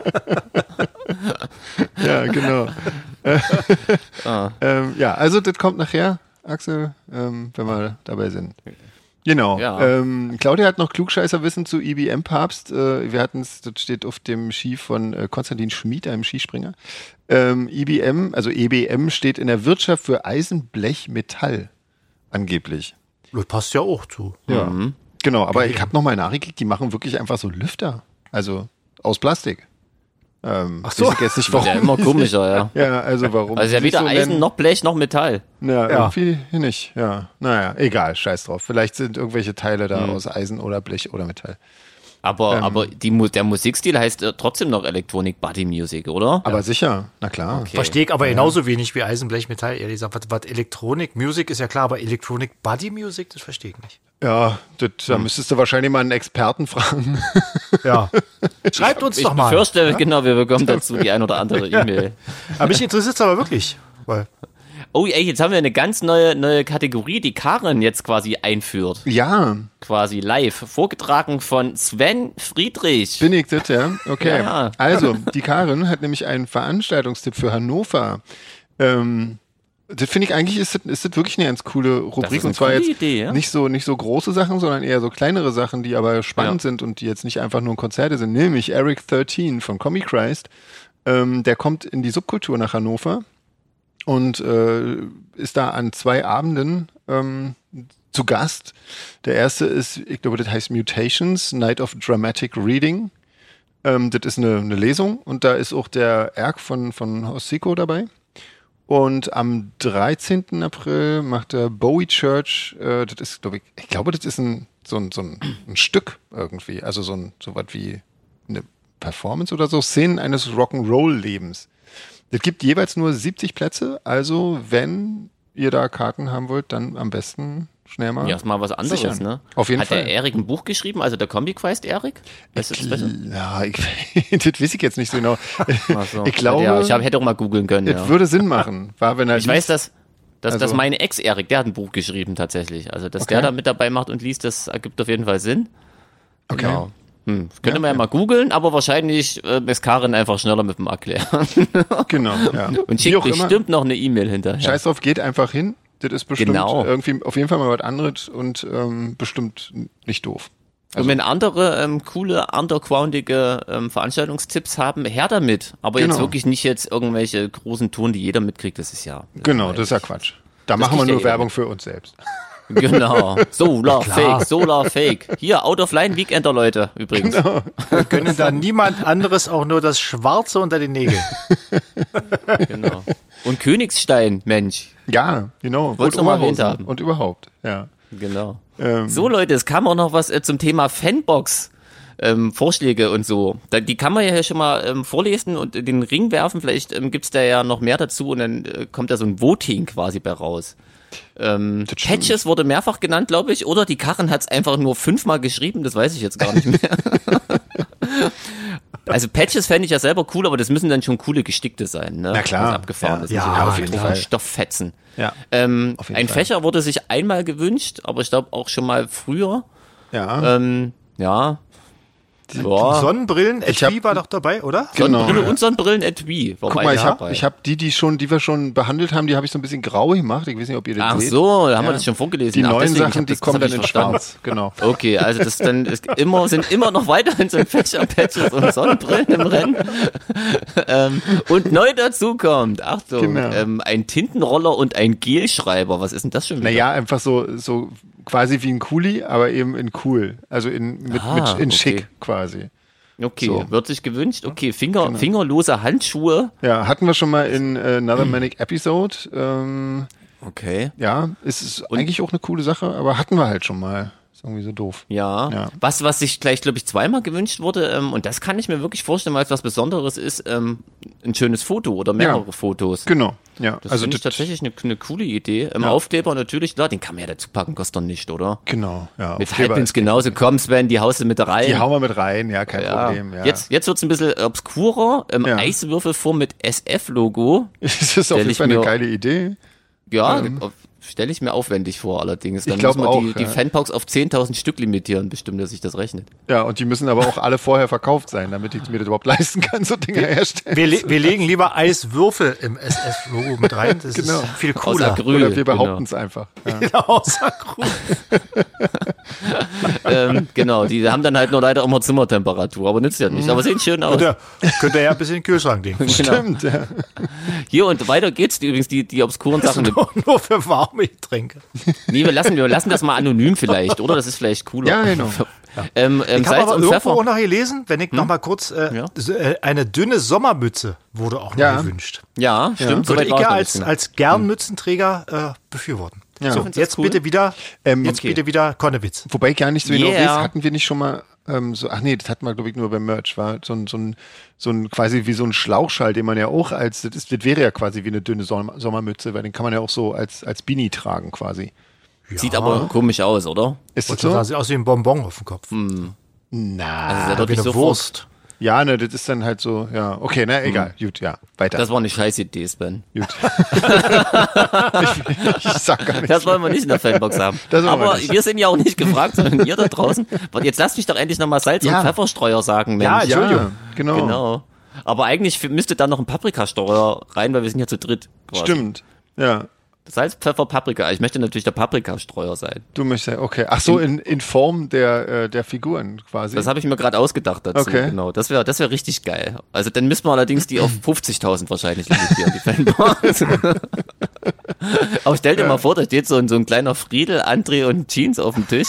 Ja, genau. Äh, Ah. ähm, ja, also das kommt nachher, Axel, ähm, wenn wir dabei sind. Genau. Ja. Ähm, Claudia hat noch Klugscheißerwissen zu I B M-Papst. Äh, wir hatten es, das steht auf dem Ski von äh, Konstantin Schmid, einem Skispringer. Ähm, I B M, also E B M, steht in der Wirtschaft für Eisen, Blech, Metall. Angeblich. Das passt ja auch zu. Ja. Mhm. Genau, aber ich habe nochmal nachgeklickt, die machen wirklich einfach so Lüfter. Also aus Plastik. Ähm, Ach so. weiß ich jetzt nicht, Wird ja warum. immer komischer, ja. Ja, also warum? Also ja sie sich weder so Eisen nennen. noch Blech noch Metall. Ja, Ja. irgendwie nicht. Ja, naja, egal, scheiß drauf. Vielleicht sind irgendwelche Teile da Mhm. aus Eisen oder Blech oder Metall. Aber, Ähm. aber die, Mu- der Musikstil heißt äh, trotzdem noch Electronic Body Music, oder? Aber sicher, na klar. Okay. Verstehe ich aber genauso wenig wie Eisenblech Metall, ehrlich gesagt. Was, was Elektronik, Music ist ja klar, aber Electronic Body Music, das verstehe ich nicht. Ja, das, da Hm. müsstest du wahrscheinlich mal einen Experten fragen. Ja. Schreibt uns Ich doch mal. befürchte, genau, wir bekommen dazu die ein oder andere E-Mail. Aber mich interessiert es aber wirklich. Weil, Oh, ey, jetzt haben wir eine ganz neue, neue Kategorie, die Karen jetzt quasi einführt. Ja, Quasi live. Vorgetragen von Sven Friedrich. bin ich das, ja? Okay. Ja. Also, die Karin hat nämlich einen Veranstaltungstipp für Hannover. Ähm, das finde ich eigentlich, ist das, ist das wirklich eine ganz coole Rubrik. ist eine Und zwar coole jetzt Idee, ja. nicht so, nicht so große Sachen, sondern eher so kleinere Sachen, die aber spannend Ja. sind und die jetzt nicht einfach nur Konzerte sind. Nämlich Eric dreizehn von Comic Christ. Ähm, der kommt in die Subkultur nach Hannover und äh, ist da an zwei Abenden ähm, zu Gast. Der erste ist, ich glaube, das heißt Mutations, Night of Dramatic Reading. Ähm, das ist eine, eine Lesung und da ist auch der Erk von, von Hosiko dabei. Und am dreizehnten April macht der Bowie Church, äh, das ist, glaube ich, ich glaube, das ist ein, so, ein, so ein, ein Stück irgendwie, also so ein, so was wie eine Performance oder so, Szenen eines Rock'n'Roll-Lebens. Es gibt jeweils nur siebzig Plätze, also wenn ihr da Karten haben wollt, dann am besten schnell mal. Ja, ist mal was anderes, sichern. ne? Auf jeden Hat Fall. der Erik ein Buch geschrieben, also der Combi-Quest Erik? Weißt du das besser? Ja, ich, das weiß ich jetzt nicht so genau. Ach so. Ich glaube, ja, ich hab, hätte auch mal googeln können, es ja. würde Sinn machen. War, wenn er Ich weiß, dass, dass, dass Also- mein Ex-Erik, der hat ein Buch geschrieben tatsächlich. Also, dass Okay. der da mit dabei macht und liest, das ergibt auf jeden Fall Sinn. Okay. Genau. Hm. Das könnte man ja mal googeln, aber wahrscheinlich äh, ist Karin einfach schneller mit dem Erklären. Genau, ja. Und Wie schickt auch immer. bestimmt noch eine E-Mail hinterher. Scheiß drauf, geht einfach hin. Das ist bestimmt Genau. irgendwie auf jeden Fall mal was anderes und ähm, bestimmt nicht doof. Und wenn andere ähm, coole, undergroundige ähm, Veranstaltungstipps haben, her damit. Aber Genau. jetzt wirklich nicht jetzt irgendwelche großen Touren, die jeder mitkriegt, das ist ja. Genau, das ist ja Quatsch. Da machen wir kriegt ja nur jeder Werbung mit. für uns selbst. Genau. Solar Klar. Fake, Solar Fake. Hier, Out of Line Weekender, Leute, übrigens. Genau. wir können da niemand anderes auch nur das Schwarze unter den Nägeln. Genau. Und Königstein, Mensch. Ja, genau. Wollt's Und noch mal Oberhausen erwähnt haben. Und überhaupt, ja. Genau. Ähm, So, Leute, es kam auch noch was äh, zum Thema Fanbox. Ähm, Vorschläge und so. Da, die kann man ja hier schon mal ähm, vorlesen und in den Ring werfen. Vielleicht ähm, gibt's da ja noch mehr dazu und dann äh, kommt da so ein Voting quasi bei raus. Ähm, Das stimmt. Patches wurde mehrfach genannt, glaube ich. Oder die Karren hat's einfach nur fünfmal geschrieben. Das weiß ich jetzt gar nicht mehr. Also Patches fände ich ja selber cool, aber das müssen dann schon coole Gestickte sein. Ne? Na klar. Was abgefahren Ja. ist. Ja, Nicht so auf jeden gedruckten Fall. Stofffetzen. Ja. Ähm, Auf jeden ein Fall. Fächer wurde sich einmal gewünscht, aber ich glaube auch schon mal früher. Ja. Ähm, ja. Ja. Sonnenbrillen, Ich hab- Etui war doch dabei, oder? Genau. Sonnenbrille und Sonnenbrillen etui. War Guck bei mal, mir ich habe dabei. ich hab die, die schon, die wir schon behandelt haben, die habe ich so ein bisschen grau gemacht. Ich weiß nicht, ob ihr das Ach seht. so, da haben wir Ja. das schon vorgelesen. Die Ach, neuen deswegen, ich Sachen, hab die das- das kommen hab dann ich in verstanden. schwarz. Genau. Okay, also das dann ist immer sind immer noch weiterhin so Fächer, Patches und Sonnenbrillen im Rennen. ähm, und neu dazu kommt, Achtung, Genau. ähm, ein Tintenroller und ein Gelschreiber. Was ist denn das schon wieder? Naja, einfach so, so quasi wie ein Kuli, aber eben in cool. Also in, mit, Ah, mit, in okay. schick quasi. Okay, So. wird sich gewünscht. Okay, Finger, fingerlose Handschuhe. Ja, hatten wir schon mal in äh, Another Manic Episode. Ähm, Okay. ja, es ist eigentlich auch eine coole Sache, aber hatten wir halt schon mal. Ist irgendwie so doof. Ja. Ja. Was, was sich gleich, glaube ich, zweimal gewünscht wurde, ähm, und das kann ich mir wirklich vorstellen, weil es was Besonderes ist, ähm, ein schönes Foto oder mehrere Ja. Fotos. Genau, ja. Das also finde ich das- tatsächlich eine, eine coole Idee. Im Ja. Aufkleber natürlich, klar, den kann man ja dazu packen, kostet doch nicht, oder? Genau, ja. Mit Aufkleber Halbpins ist- genauso. Komm, Sven, die haust du mit rein. Die hauen wir mit rein, ja, kein ja. Problem. Ja. Jetzt, jetzt wird's ein bisschen obskurer. Ähm, Ja. Eiswürfelform mit S F-Logo. Es ist auf Stell jeden ich Fall eine mir- geile Idee. Ja, stelle ich mir aufwendig vor allerdings. Dann Ich glaub muss man die, auch, die ja. Fanbox auf zehntausend Stück limitieren, bestimmt, dass sich das rechnet. Ja, und die müssen aber auch alle vorher verkauft sein, damit ich mir das überhaupt leisten kann, so Dinge herstellen. Wir, le wir legen lieber Eiswürfel im S F-Logo mit rein. Das Genau. ist viel Aus cooler. Acryl, Oder wir behaupten genau. es einfach. Ja. Genau, außer Grün. ähm, genau, die haben dann halt nur leider immer Zimmertemperatur, aber nützt ja nicht. Aber sehen schön aus. Könnt ihr, könnt ihr ja ein bisschen in den Kühlschrank legen. Genau. Stimmt, ja. Hier und weiter geht's. Die, übrigens die, die obskuren Sachen. Nur, nur für warme Getränke. Nee, wir lassen, wir lassen das mal anonym vielleicht, oder? Das ist vielleicht cooler. Ja, genau. Ähm, ähm, Ich habe Salz aber und irgendwo Pfeffer. auch noch gelesen, wenn ich noch mal kurz, äh, Ja. so, äh, eine dünne Sommermütze wurde auch noch Ja. gewünscht. Ja, stimmt. Würde Soweit ich war ja noch als, nicht, als gern Mützenträger äh, befürworten. Ja. So, Findest du das jetzt cool? bitte wieder, Ähm, jetzt okay. bitte wieder Konnewitz. Wobei ich gar nicht so genau Yeah. weiß, hatten wir nicht schon mal ähm, so, ach nee, das hatten wir, glaube ich, nur beim Merch, war so ein, so ein, so ein quasi wie so ein Schlauchschall, den man ja auch als, das, ist, das wäre ja quasi wie eine dünne Sommer Sommermütze, weil den kann man ja auch so als, als Beanie tragen quasi. Sieht aber komisch aus, oder? Ist das Und so so? sieht aus wie ein Bonbon auf dem Kopf. Na, Also ist ja wie wirklich eine so Wurst. ja, ne, das ist dann halt so, ja, okay, na, egal, gut, ja, weiter. Das war eine scheiß Idee, Sven. Gut. ich, ich sag gar nichts. Das wollen wir nicht in der Fanbox haben. Das wollen wir Aber nicht. wir sind ja auch nicht gefragt, sondern ihr da draußen. Warte, jetzt lasst mich doch endlich nochmal Salz Ja. und Pfefferstreuer sagen, Mensch. Ja, Ja, Entschuldigung. genau. Genau. Aber eigentlich müsste da noch ein Paprikastreuer rein, weil wir sind ja zu dritt. Quasi. Stimmt, ja. Salz, Pfeffer, Paprika. Ich möchte natürlich der Paprikastreuer sein. Du möchtest ja, okay. Ach so, in, in Form der, äh, der Figuren quasi. Das habe ich mir gerade ausgedacht dazu. Okay. Genau. Das wäre das wär richtig geil. Also dann müssen wir allerdings die auf fünfzigtausend wahrscheinlich limitieren, die Fanbox. Aber stell dir mal vor, da steht so ein, so ein kleiner Friedel, André und Jeans auf dem Tisch.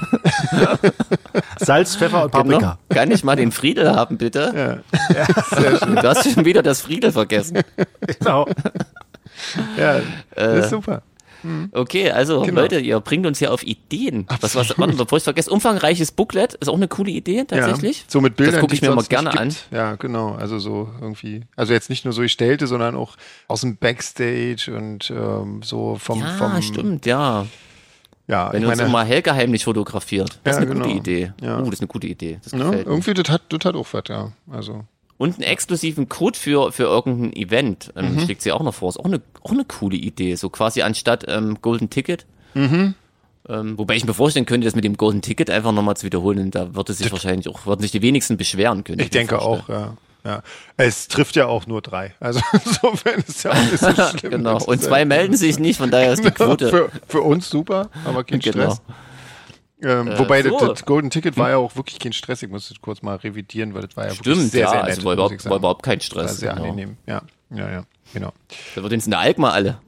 Salz, Pfeffer und Genau. Paprika. Kann ich mal den Friedel haben, bitte? Sehr schön. Du hast schon wieder das Friedel vergessen. Genau. Ja, das Äh, ist super. Okay, also Genau. Leute, ihr bringt uns hier auf Ideen. Was, was, warte, bevor ich vergesse, umfangreiches Booklet ist auch eine coole Idee tatsächlich. Ja, so mit Bildern, das gucke ich die mir es mal sonst gerne nicht an. gibt. Ja, genau. Also so irgendwie, also jetzt nicht nur so gestellte, sondern auch aus dem Backstage und ähm, so vom, Ja, vom stimmt, ja. ja, Wenn ich uns meine, immer Helga heimlich fotografiert. Das Ja, ist eine genau. gute Idee. Ja. Oh, das ist eine gute Idee. Das ne, gefällt mir. irgendwie das hat, das hat auch was, ja. Also Und einen exklusiven Code für, für irgendein Event. Ähm, Mhm. schlägt sie auch noch vor. Ist auch eine, auch eine coole Idee. So quasi anstatt ähm, Golden Ticket. Mhm. Ähm, wobei ich mir vorstellen könnte, das mit dem Golden Ticket einfach nochmal zu wiederholen. Und da würde sich wahrscheinlich auch, würden sich die wenigsten beschweren können. ich denke auch, ja. Ja. Es trifft ja auch nur drei. Also insofern ist ja auch nicht so schlimm. Genau. Das Und ist zwei ja- melden sich nicht, von daher ist die Quote. Für, für uns super, aber kein Genau. Stress. Ähm, wobei so. das, das Golden Ticket war ja auch wirklich kein Stress. Ich muss das kurz mal revidieren, weil das war ja wirklich Stimmt, sehr, ja, sehr nett. also war muss überhaupt, ich war sagen. überhaupt kein War Stress. sehr Genau. angenehm. Ja, ja, ja, genau. Da wird uns in der Alkmaar alle.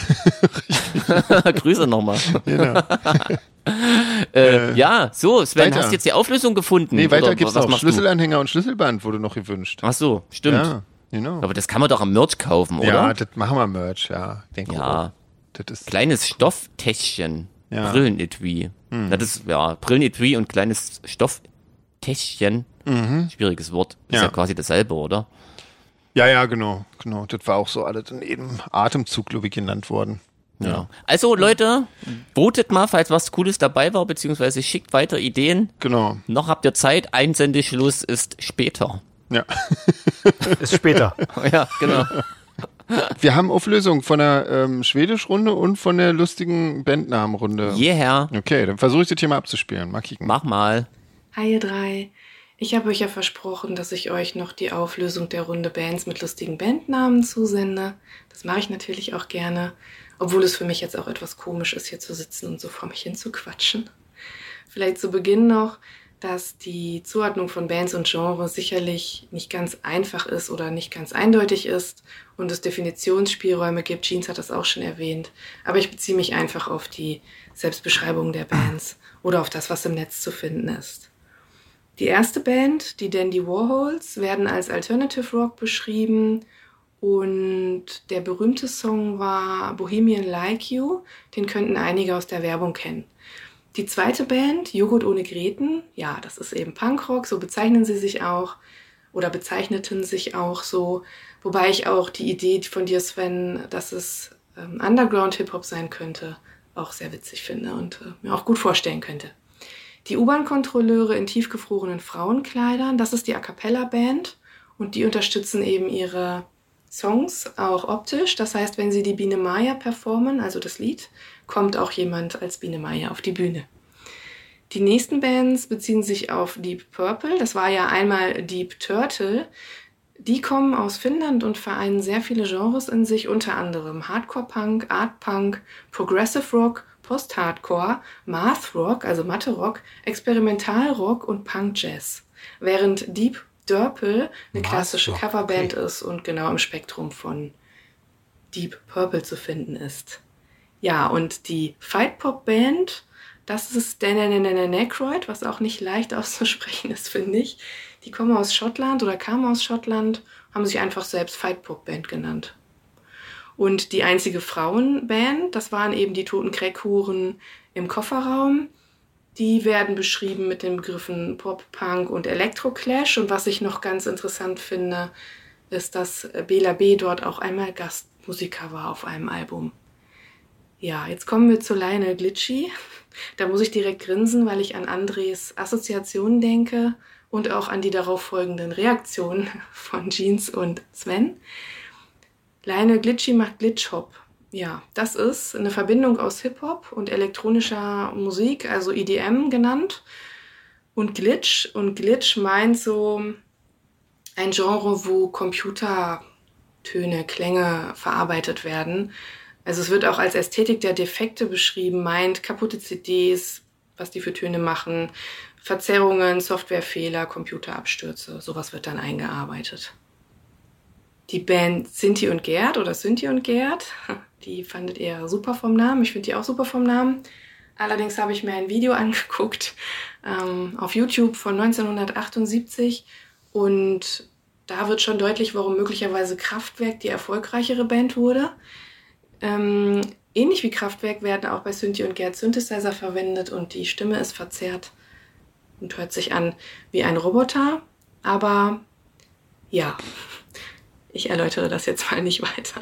Grüße nochmal. genau. Äh, ja, so, Sven, weiter. hast du jetzt die Auflösung gefunden? Nee, weiter Oder gibt's was noch. machst du? Schlüsselanhänger und Schlüsselband wurde noch gewünscht. Ach so, stimmt. Ja, genau. Aber das kann man doch am Merch kaufen, oder? Ja, das machen wir Merch, ja. Denke Ja. auch. Das ist, Kleines Stofftäschchen. Ja. Brillenetui. Hm. Das ist, ja, Brillenetui und kleines Stofftäschchen. Schwieriges Wort. Ist ja. Mhm. Ja. quasi dasselbe, oder? ja, ja, genau, genau. Das war auch so alles in jedem Atemzug, glaube ich, genannt worden. Ja. Also, Leute, votet mal, falls was Cooles dabei war, beziehungsweise schickt weiter Ideen. Genau. Noch habt ihr Zeit. Einsendeschluss ist später. Ja. Ist später. Ja, genau. Wir haben Auflösung von der ähm, Schwedisch-Runde und von der lustigen Bandnamenrunde. Yeah, Okay, dann versuche ich das hier mal abzuspielen. Mal kicken. mach mal. Hi ihr drei. Ich habe euch ja versprochen, dass ich euch noch die Auflösung der Runde Bands mit lustigen Bandnamen zusende. Das mache ich natürlich auch gerne, obwohl es für mich jetzt auch etwas komisch ist, hier zu sitzen und so vor mich hin zu quatschen. Vielleicht zu Beginn noch, dass die Zuordnung von Bands und Genres sicherlich nicht ganz einfach ist oder nicht ganz eindeutig ist und es Definitionsspielräume gibt. Jeans hat das auch schon erwähnt. Aber ich beziehe mich einfach auf die Selbstbeschreibung der Bands oder auf das, was im Netz zu finden ist. Die erste Band, die Dandy Warhols, werden als Alternative Rock beschrieben und der berühmte Song war Bohemian Like You, den könnten einige aus der Werbung kennen. Die zweite Band, Joghurt ohne Gräten, ja, das ist eben Punkrock, so bezeichnen sie sich auch oder bezeichneten sich auch so, wobei ich auch die Idee von dir, Sven, dass es ähm, Underground-Hip-Hop sein könnte, auch sehr witzig finde und äh, mir auch gut vorstellen könnte. Die U-Bahn-Kontrolleure in tiefgefrorenen Frauenkleidern, das ist die A-Cappella-Band und die unterstützen eben ihre Songs auch optisch. Das heißt, wenn sie die Biene Maya performen, also das Lied, kommt auch jemand als Biene Maya auf die Bühne. Die nächsten Bands beziehen sich auf Deep Purple. Das war ja einmal Deep Turtle. Die kommen aus Finnland und vereinen sehr viele Genres in sich, unter anderem Hardcore-Punk, Art-Punk, Progressive Rock, Post-Hardcore, Math-Rock, also Mathe-Rock, Experimental-Rock und Punk-Jazz. Während Deep Purple eine klassische Math-Rock, Coverband okay. ist und genau im Spektrum von Deep Purple zu finden ist. Ja, und die Fight-Pop-Band, das ist Dan Aykroyd, was auch nicht leicht auszusprechen ist, finde ich. Die kommen aus Schottland oder kamen aus Schottland, haben sich einfach selbst Fight-Pop-Band genannt. Und die einzige Frauenband, das waren eben die Toten Crackhuren im Kofferraum. Die werden beschrieben mit den Begriffen Pop, Punk und Electroclash. Und was ich noch ganz interessant finde, ist, dass Bela B. dort auch einmal Gastmusiker war auf einem Album. Ja, jetzt kommen wir zu Lionel Glitchy. Da muss ich direkt grinsen, weil ich an Andres Assoziationen denke und auch an die darauf folgenden Reaktionen von Jeans und Sven. Lionel Glitchy macht Glitch-Hop. Ja, das ist eine Verbindung aus Hip-Hop und elektronischer Musik, also E D M genannt, und Glitch. Und Glitch meint so ein Genre, wo Computertöne, Klänge verarbeitet werden. Also es wird auch als Ästhetik der Defekte beschrieben, meint kaputte C Ds, was die für Töne machen, Verzerrungen, Softwarefehler, Computerabstürze, sowas wird dann eingearbeitet. Die Band Sinti und Gerd oder Synthi und Gerd, die fandet ihr super vom Namen. Ich finde die auch super vom Namen. Allerdings habe ich mir ein Video angeguckt ähm, auf YouTube von neunzehnhundertachtundsiebzig und da wird schon deutlich, warum möglicherweise Kraftwerk die erfolgreichere Band wurde. Ähm, ähnlich wie Kraftwerk werden auch bei Synthi und Gerd Synthesizer verwendet und die Stimme ist verzerrt und hört sich an wie ein Roboter. Aber ja, ich erläutere das jetzt mal nicht weiter.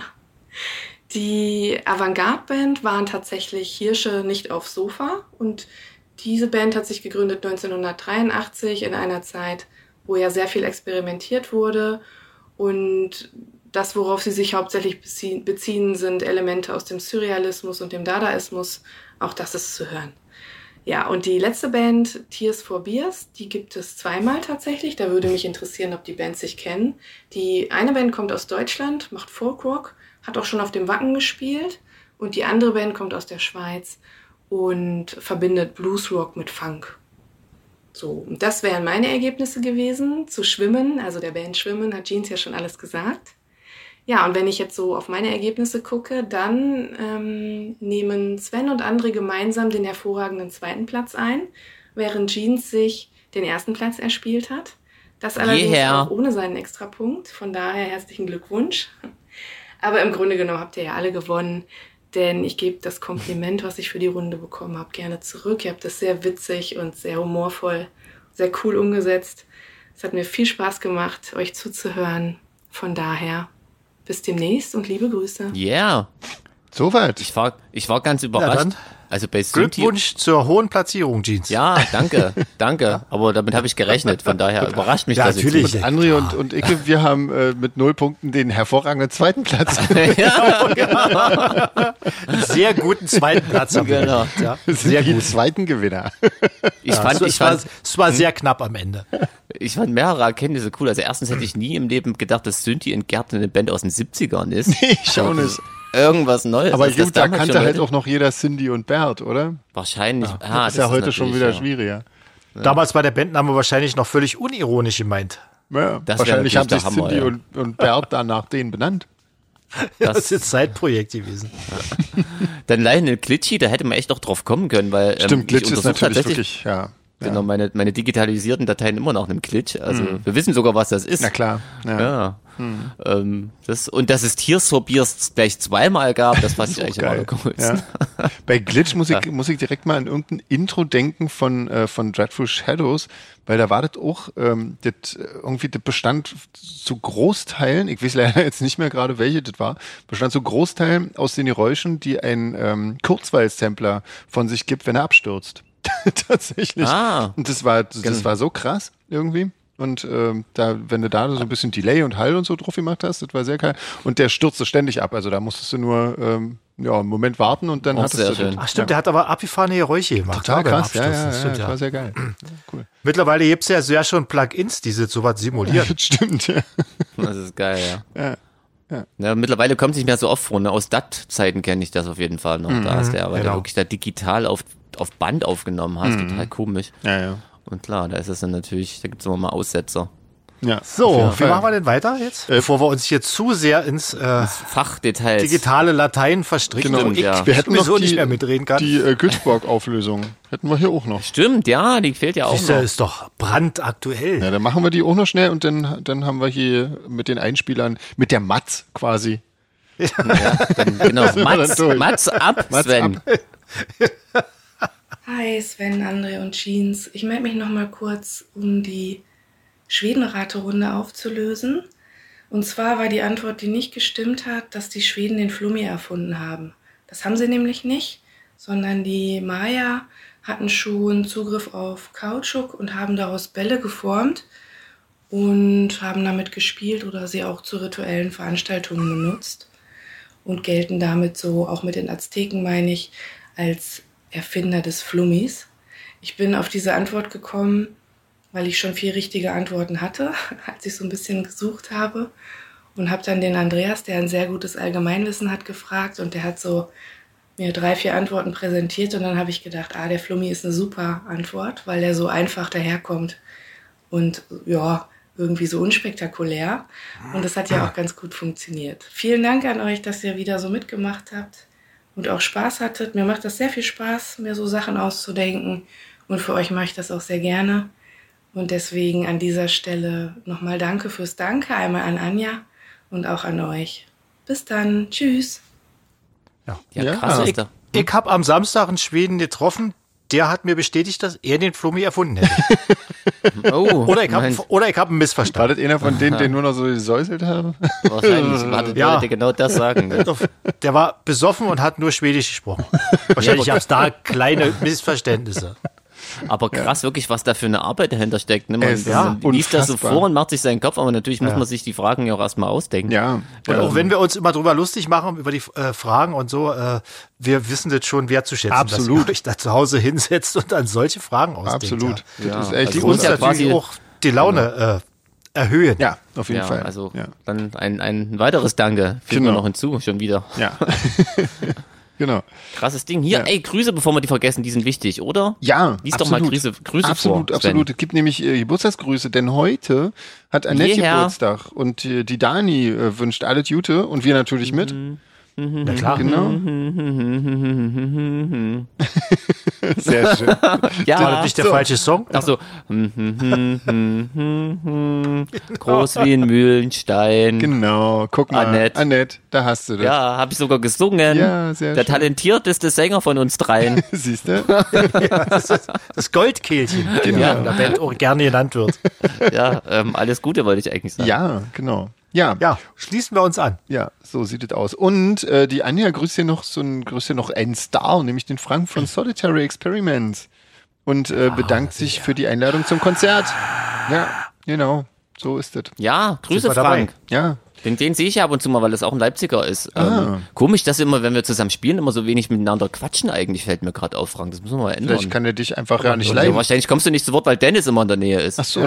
Die Avantgarde-Band waren tatsächlich Hirsche nicht aufs Sofa und diese Band hat sich gegründet neunzehnhundertdreiundachtzig in einer Zeit, wo ja sehr viel experimentiert wurde und das, worauf sie sich hauptsächlich beziehen, beziehen, sind Elemente aus dem Surrealismus und dem Dadaismus. Auch das ist zu hören. Ja, und die letzte Band, Tears for Beers, die gibt es zweimal tatsächlich. Da würde mich interessieren, ob die Bands sich kennen. Die eine Band kommt aus Deutschland, macht Folkrock, hat auch schon auf dem Wacken gespielt. Und die andere Band kommt aus der Schweiz und verbindet Bluesrock mit Funk. So, und das wären meine Ergebnisse gewesen. Zu Schwimmen, also der Band Schwimmen, hat Jeans ja schon alles gesagt. Ja, und wenn ich jetzt so auf meine Ergebnisse gucke, dann ähm, nehmen Sven und André gemeinsam den hervorragenden zweiten Platz ein, während Jeans sich den ersten Platz erspielt hat. Das allerdings Yeah. auch ohne seinen Extrapunkt. Von daher herzlichen Glückwunsch. Aber im Grunde genommen habt ihr ja alle gewonnen, denn ich gebe das Kompliment, was ich für die Runde bekommen habe, gerne zurück. Ihr habt das sehr witzig und sehr humorvoll, sehr cool umgesetzt. Es hat mir viel Spaß gemacht, euch zuzuhören. Von daher bis demnächst und liebe Grüße. Yeah. Soweit. Ich war, ich war ganz überrascht. dann Also bei Synthi, Glückwunsch zur hohen Platzierung, Jeans. ja, danke, danke. Aber damit habe ich gerechnet. Von daher überrascht mich Ja, das natürlich. jetzt André und, und Icke, wir haben äh, mit null Punkten den hervorragenden zweiten Platz. nicht. Ja, Einen sehr guten zweiten Platz haben wir Genau. gemacht, ja. Wir sind Sehr die gut. zweiten Gewinner. ich fand, es, ich war, fand, es war sehr knapp am Ende. ich fand mehrere Erkenntnisse cool. Also erstens hätte ich nie im Leben gedacht, dass Synthi und Gerd eine Band aus den siebzigern ist. Ich auch nicht. Irgendwas Neues. Aber Ist das gut, da damals kannte schon halt Leute- auch noch jeder Cindy und Bert, oder? Wahrscheinlich. Ja, Ah, das ist ja das heute schon natürlich, wieder ja. schwieriger. Damals bei der Bandname wahrscheinlich noch völlig unironisch gemeint. Ja, Das wahrscheinlich wäre haben sich natürlich der Hammer, Cindy ja. und, und Bert dann nach denen benannt. Das, das ist ein Zeitprojekt gewesen. Dann Lionel Glitchy, da hätte man echt noch drauf kommen können, weil ähm, Stimmt, ich Glitch ist untersuche natürlich tatsächlich wirklich, ja. genau ja. meine, meine digitalisierten Dateien immer nach einem Glitch. Also wir wissen sogar, was das ist. Na klar. Ja. Ja. Ähm, das, und dass es Tears for Beers gleich zweimal gab, das fand ich eigentlich am Geil. allercoolsten. Ja. Bei Glitch muss ich, muss ich direkt mal an irgendein Intro denken von, äh, von Dreadful Shadows, weil da war das auch, ähm, das, irgendwie, das bestand zu Großteilen, ich weiß leider jetzt nicht mehr gerade, welche das war, bestand zu Großteilen aus den Geräuschen, die ein ähm, Kurzweil-Sampler von sich gibt, wenn er abstürzt. Tatsächlich. Ah. Und das war, das Genau. war so krass irgendwie. Und ähm, da, wenn du da so ein bisschen Delay und Hall und so drauf gemacht hast, das war sehr geil. Und der stürzte ständig ab. Also da musstest du nur ähm, ja, einen Moment warten und dann Auch hattest sehr du schön. den. Ach stimmt, der hat aber abgefahrene Geräusche gemacht. Total ja, beim krass, ja, Absturz. ja, Das ja, stimmt, das war sehr geil. Ja, cool. Mittlerweile gibt es ja sehr schon Plugins, die sowas simulieren. Das stimmt, ja. Das ist geil, ja. Ja. Ja. Ja, mittlerweile kommt es nicht mehr so oft vor. Ne? Aus D A T-Zeiten kenne ich das auf jeden Fall noch. Da ist der, aber der genau. wirklich da digital auf, auf Band aufgenommen hast. Total komisch. Ja, ja. Und klar, da ist es dann natürlich, da gibt es immer mal Aussetzer. Ja, So, auf jeden wie Fall. machen wir denn weiter jetzt? Bevor wir uns hier zu sehr ins äh, Fachdetails. digitale Latein verstricken, Genau. wo ich Ja. Wir hätten sowieso noch nicht die, mehr mitreden kann. die äh, Gülsborg-Auflösung. Hätten wir hier auch noch. Stimmt, ja, die fehlt ja auch Siehst du, noch. ist doch brandaktuell. Ja, dann machen wir die auch noch schnell und dann, dann haben wir hier mit den Einspielern, mit der Matz quasi. Ja, dann, genau, sind wir Mats, dann durch. Mats ab, Mats Sven. ab. Hi Sven, André und Jeans. Ich melde mich nochmal kurz, um die Schweden-Raterunde aufzulösen. Und zwar war die Antwort, die nicht gestimmt hat, dass die Schweden den Flummi erfunden haben. Das haben sie nämlich nicht, sondern die Maya hatten schon Zugriff auf Kautschuk und haben daraus Bälle geformt und haben damit gespielt oder sie auch zu rituellen Veranstaltungen benutzt und gelten damit so, auch mit den Azteken meine ich, als Erfinder des Flummis. Ich bin auf diese Antwort gekommen, weil ich schon vier richtige Antworten hatte, als ich so ein bisschen gesucht habe. Und habe dann den Andreas, der ein sehr gutes Allgemeinwissen hat, gefragt. Und der hat so mir drei, vier Antworten präsentiert. Und dann habe ich gedacht, ah, der Flummi ist eine super Antwort, weil der so einfach daherkommt. Und ja, irgendwie so unspektakulär. Und das hat ja auch ganz gut funktioniert. Vielen Dank an euch, dass ihr wieder so mitgemacht habt und auch Spaß hattet. Mir macht das sehr viel Spaß, mir so Sachen auszudenken. Und für euch mache ich das auch sehr gerne. Und deswegen an dieser Stelle nochmal Danke fürs Danke. Einmal an Anja und auch an euch. Bis dann. Tschüss. Ja. Ja, Ja. krass Ich, ist da. ich habe am Samstag einen Schweden getroffen, der hat mir bestätigt, dass er den Flummi erfunden hätte. Oh, Oder ich habe Mensch, oder ich hab ihn War missverstanden. das einer von denen, den nur noch so gesäuselt haben? wahrscheinlich wartet, Ja. wollte genau das sagen. Ne? Der war besoffen und hat nur Schwedisch gesprochen. Wahrscheinlich gab es da kleine Missverständnisse. Aber krass wirklich, was da für eine Arbeit dahinter steckt. Ne? Man, Es ist man liest das so unfassbar. vor und macht sich seinen Kopf, aber natürlich muss Ja. man sich die Fragen ja auch erstmal ausdenken. Ja. Und ja. auch wenn wir uns immer drüber lustig machen, über die äh, Fragen und so, äh, wir wissen das schon wertzuschätzen, Absolut. dass ihr euch da zu Hause hinsetzt und dann solche Fragen ausdenkt. Absolut. Ja. Das ist Ja, echt Die also uns muss ja großartig. natürlich quasi- auch die Laune äh, erhöhen. Ja, auf jeden Ja, Fall. also ja. dann ein, ein weiteres Danke fügen wir Genau. noch hinzu, schon wieder. Ja. Genau. Krasses Ding. Hier, Ja. ey, Grüße, bevor wir die vergessen, die sind wichtig, oder? Ja, Lies doch mal absolut. Grüße, Grüße absolut, vor, Sven. absolut. Es gibt nämlich äh, Geburtstagsgrüße, denn heute hat Annette Jeher. Geburtstag und äh, die Dani äh, wünscht alles Gute und wir natürlich mit. Na klar. Genau. Sehr schön. Ja. War das nicht der So. falsche Song? Ach so. Groß wie ein Mühlenstein. Genau. Guck mal. Annette. Annette, da hast du das. Ja, habe ich sogar gesungen. Ja, sehr Der schön. talentierteste Sänger von uns dreien. Siehst du? Das, ist das Goldkehlchen, wie Genau. in der Band auch gerne genannt wird. Ja, ähm, alles Gute wollte ich eigentlich sagen. Ja, genau. Ja, Ja, schließen wir uns an. ja, so sieht es aus. Und äh, die Anja grüßt hier noch so ein, grüßt hier noch einen Star, nämlich den Frank von Solitary Experiment. Und äh, bedankt sich für die Einladung zum Konzert. Ja, genau. So ist es. Ja, Grüße wir dabei. Frank. Ja, Den, den sehe ich ja ab und zu mal, weil das auch ein Leipziger ist. Ähm, Ah. Komisch, dass immer, wenn wir zusammen spielen, immer so wenig miteinander quatschen eigentlich, fällt mir gerade auf, Frank. Das müssen wir mal ändern. vielleicht kann er dich einfach ja nicht ja, leiden. wahrscheinlich kommst du nicht zu Wort, weil Dennis immer in der Nähe ist. Ach so,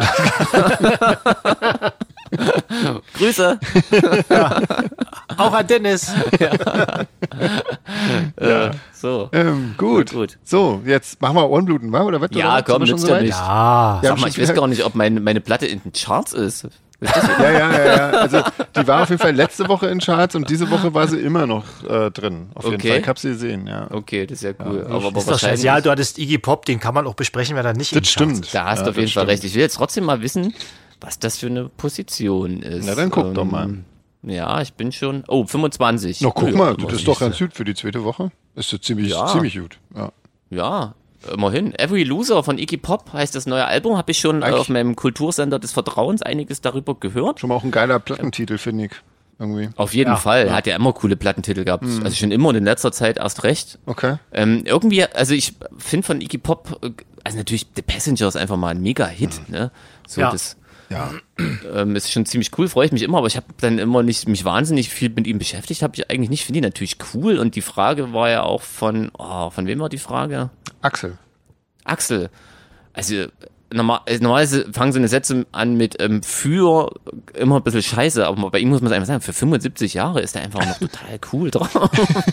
Grüße. Auch an Dennis. So, So. Ähm, gut. Gut, gut. So, jetzt machen wir Ohrenbluten, wa? Oder was? Ja, oder was? komm, Sind wir nützt schon ja soweit? nicht. Ja. Sag mal, ich weiß gar nicht, ob meine, meine Platte in den Charts ist. Ist das Ja, ja, ja, ja. Also die war auf jeden Fall letzte Woche in Charts und diese Woche war sie immer noch äh, drin. Auf jeden Okay. Fall. Ich habe sie gesehen, ja. Okay, das ist ja cool. aber, aber Ist doch wahrscheinlich, scheiße. Ja, du hattest Iggy Pop, den kann man auch besprechen, wenn er nicht Das in den Charts stimmt. ist. da hast ja, du auf jeden das Fall stimmt. recht. Ich will jetzt trotzdem mal wissen, was das für eine Position ist. Na, dann guck doch mal. Ja, ich bin schon. Oh, fünfundzwanzig. Na, guck Ja, mal, immer das ist doch siehste. ganz gut für die zweite Woche. Ist so ziemlich, Ja. ziemlich gut. Ja. Ja, immerhin. Every Loser von Iggy Pop heißt das neue Album. Habe ich schon äh, Eigentlich- auf meinem Kultursender des Vertrauens einiges darüber gehört. Schon mal auch ein geiler Plattentitel, finde ich. Irgendwie. Auf jeden Ja. Fall. Er hat ja immer coole Plattentitel gehabt. Also schon immer und in letzter Zeit erst recht. Okay. Ähm, irgendwie, also ich finde von Iggy Pop, äh, also natürlich The Passenger ist einfach mal ein Mega-Hit. Ne? So, Ja. das Ja. ähm, ist schon ziemlich cool, freue ich mich immer, aber ich habe dann immer nicht mich wahnsinnig viel mit ihm beschäftigt, habe ich eigentlich nicht. Finde ihn natürlich cool und die Frage war ja auch von, oh, von wem war die Frage? Axel. Axel. Also normal, also normalerweise fangen so eine Sätze an mit ähm, für immer ein bisschen scheiße, aber bei ihm muss man es einfach sagen, für fünfundsiebzig Jahre ist er einfach noch total cool drauf.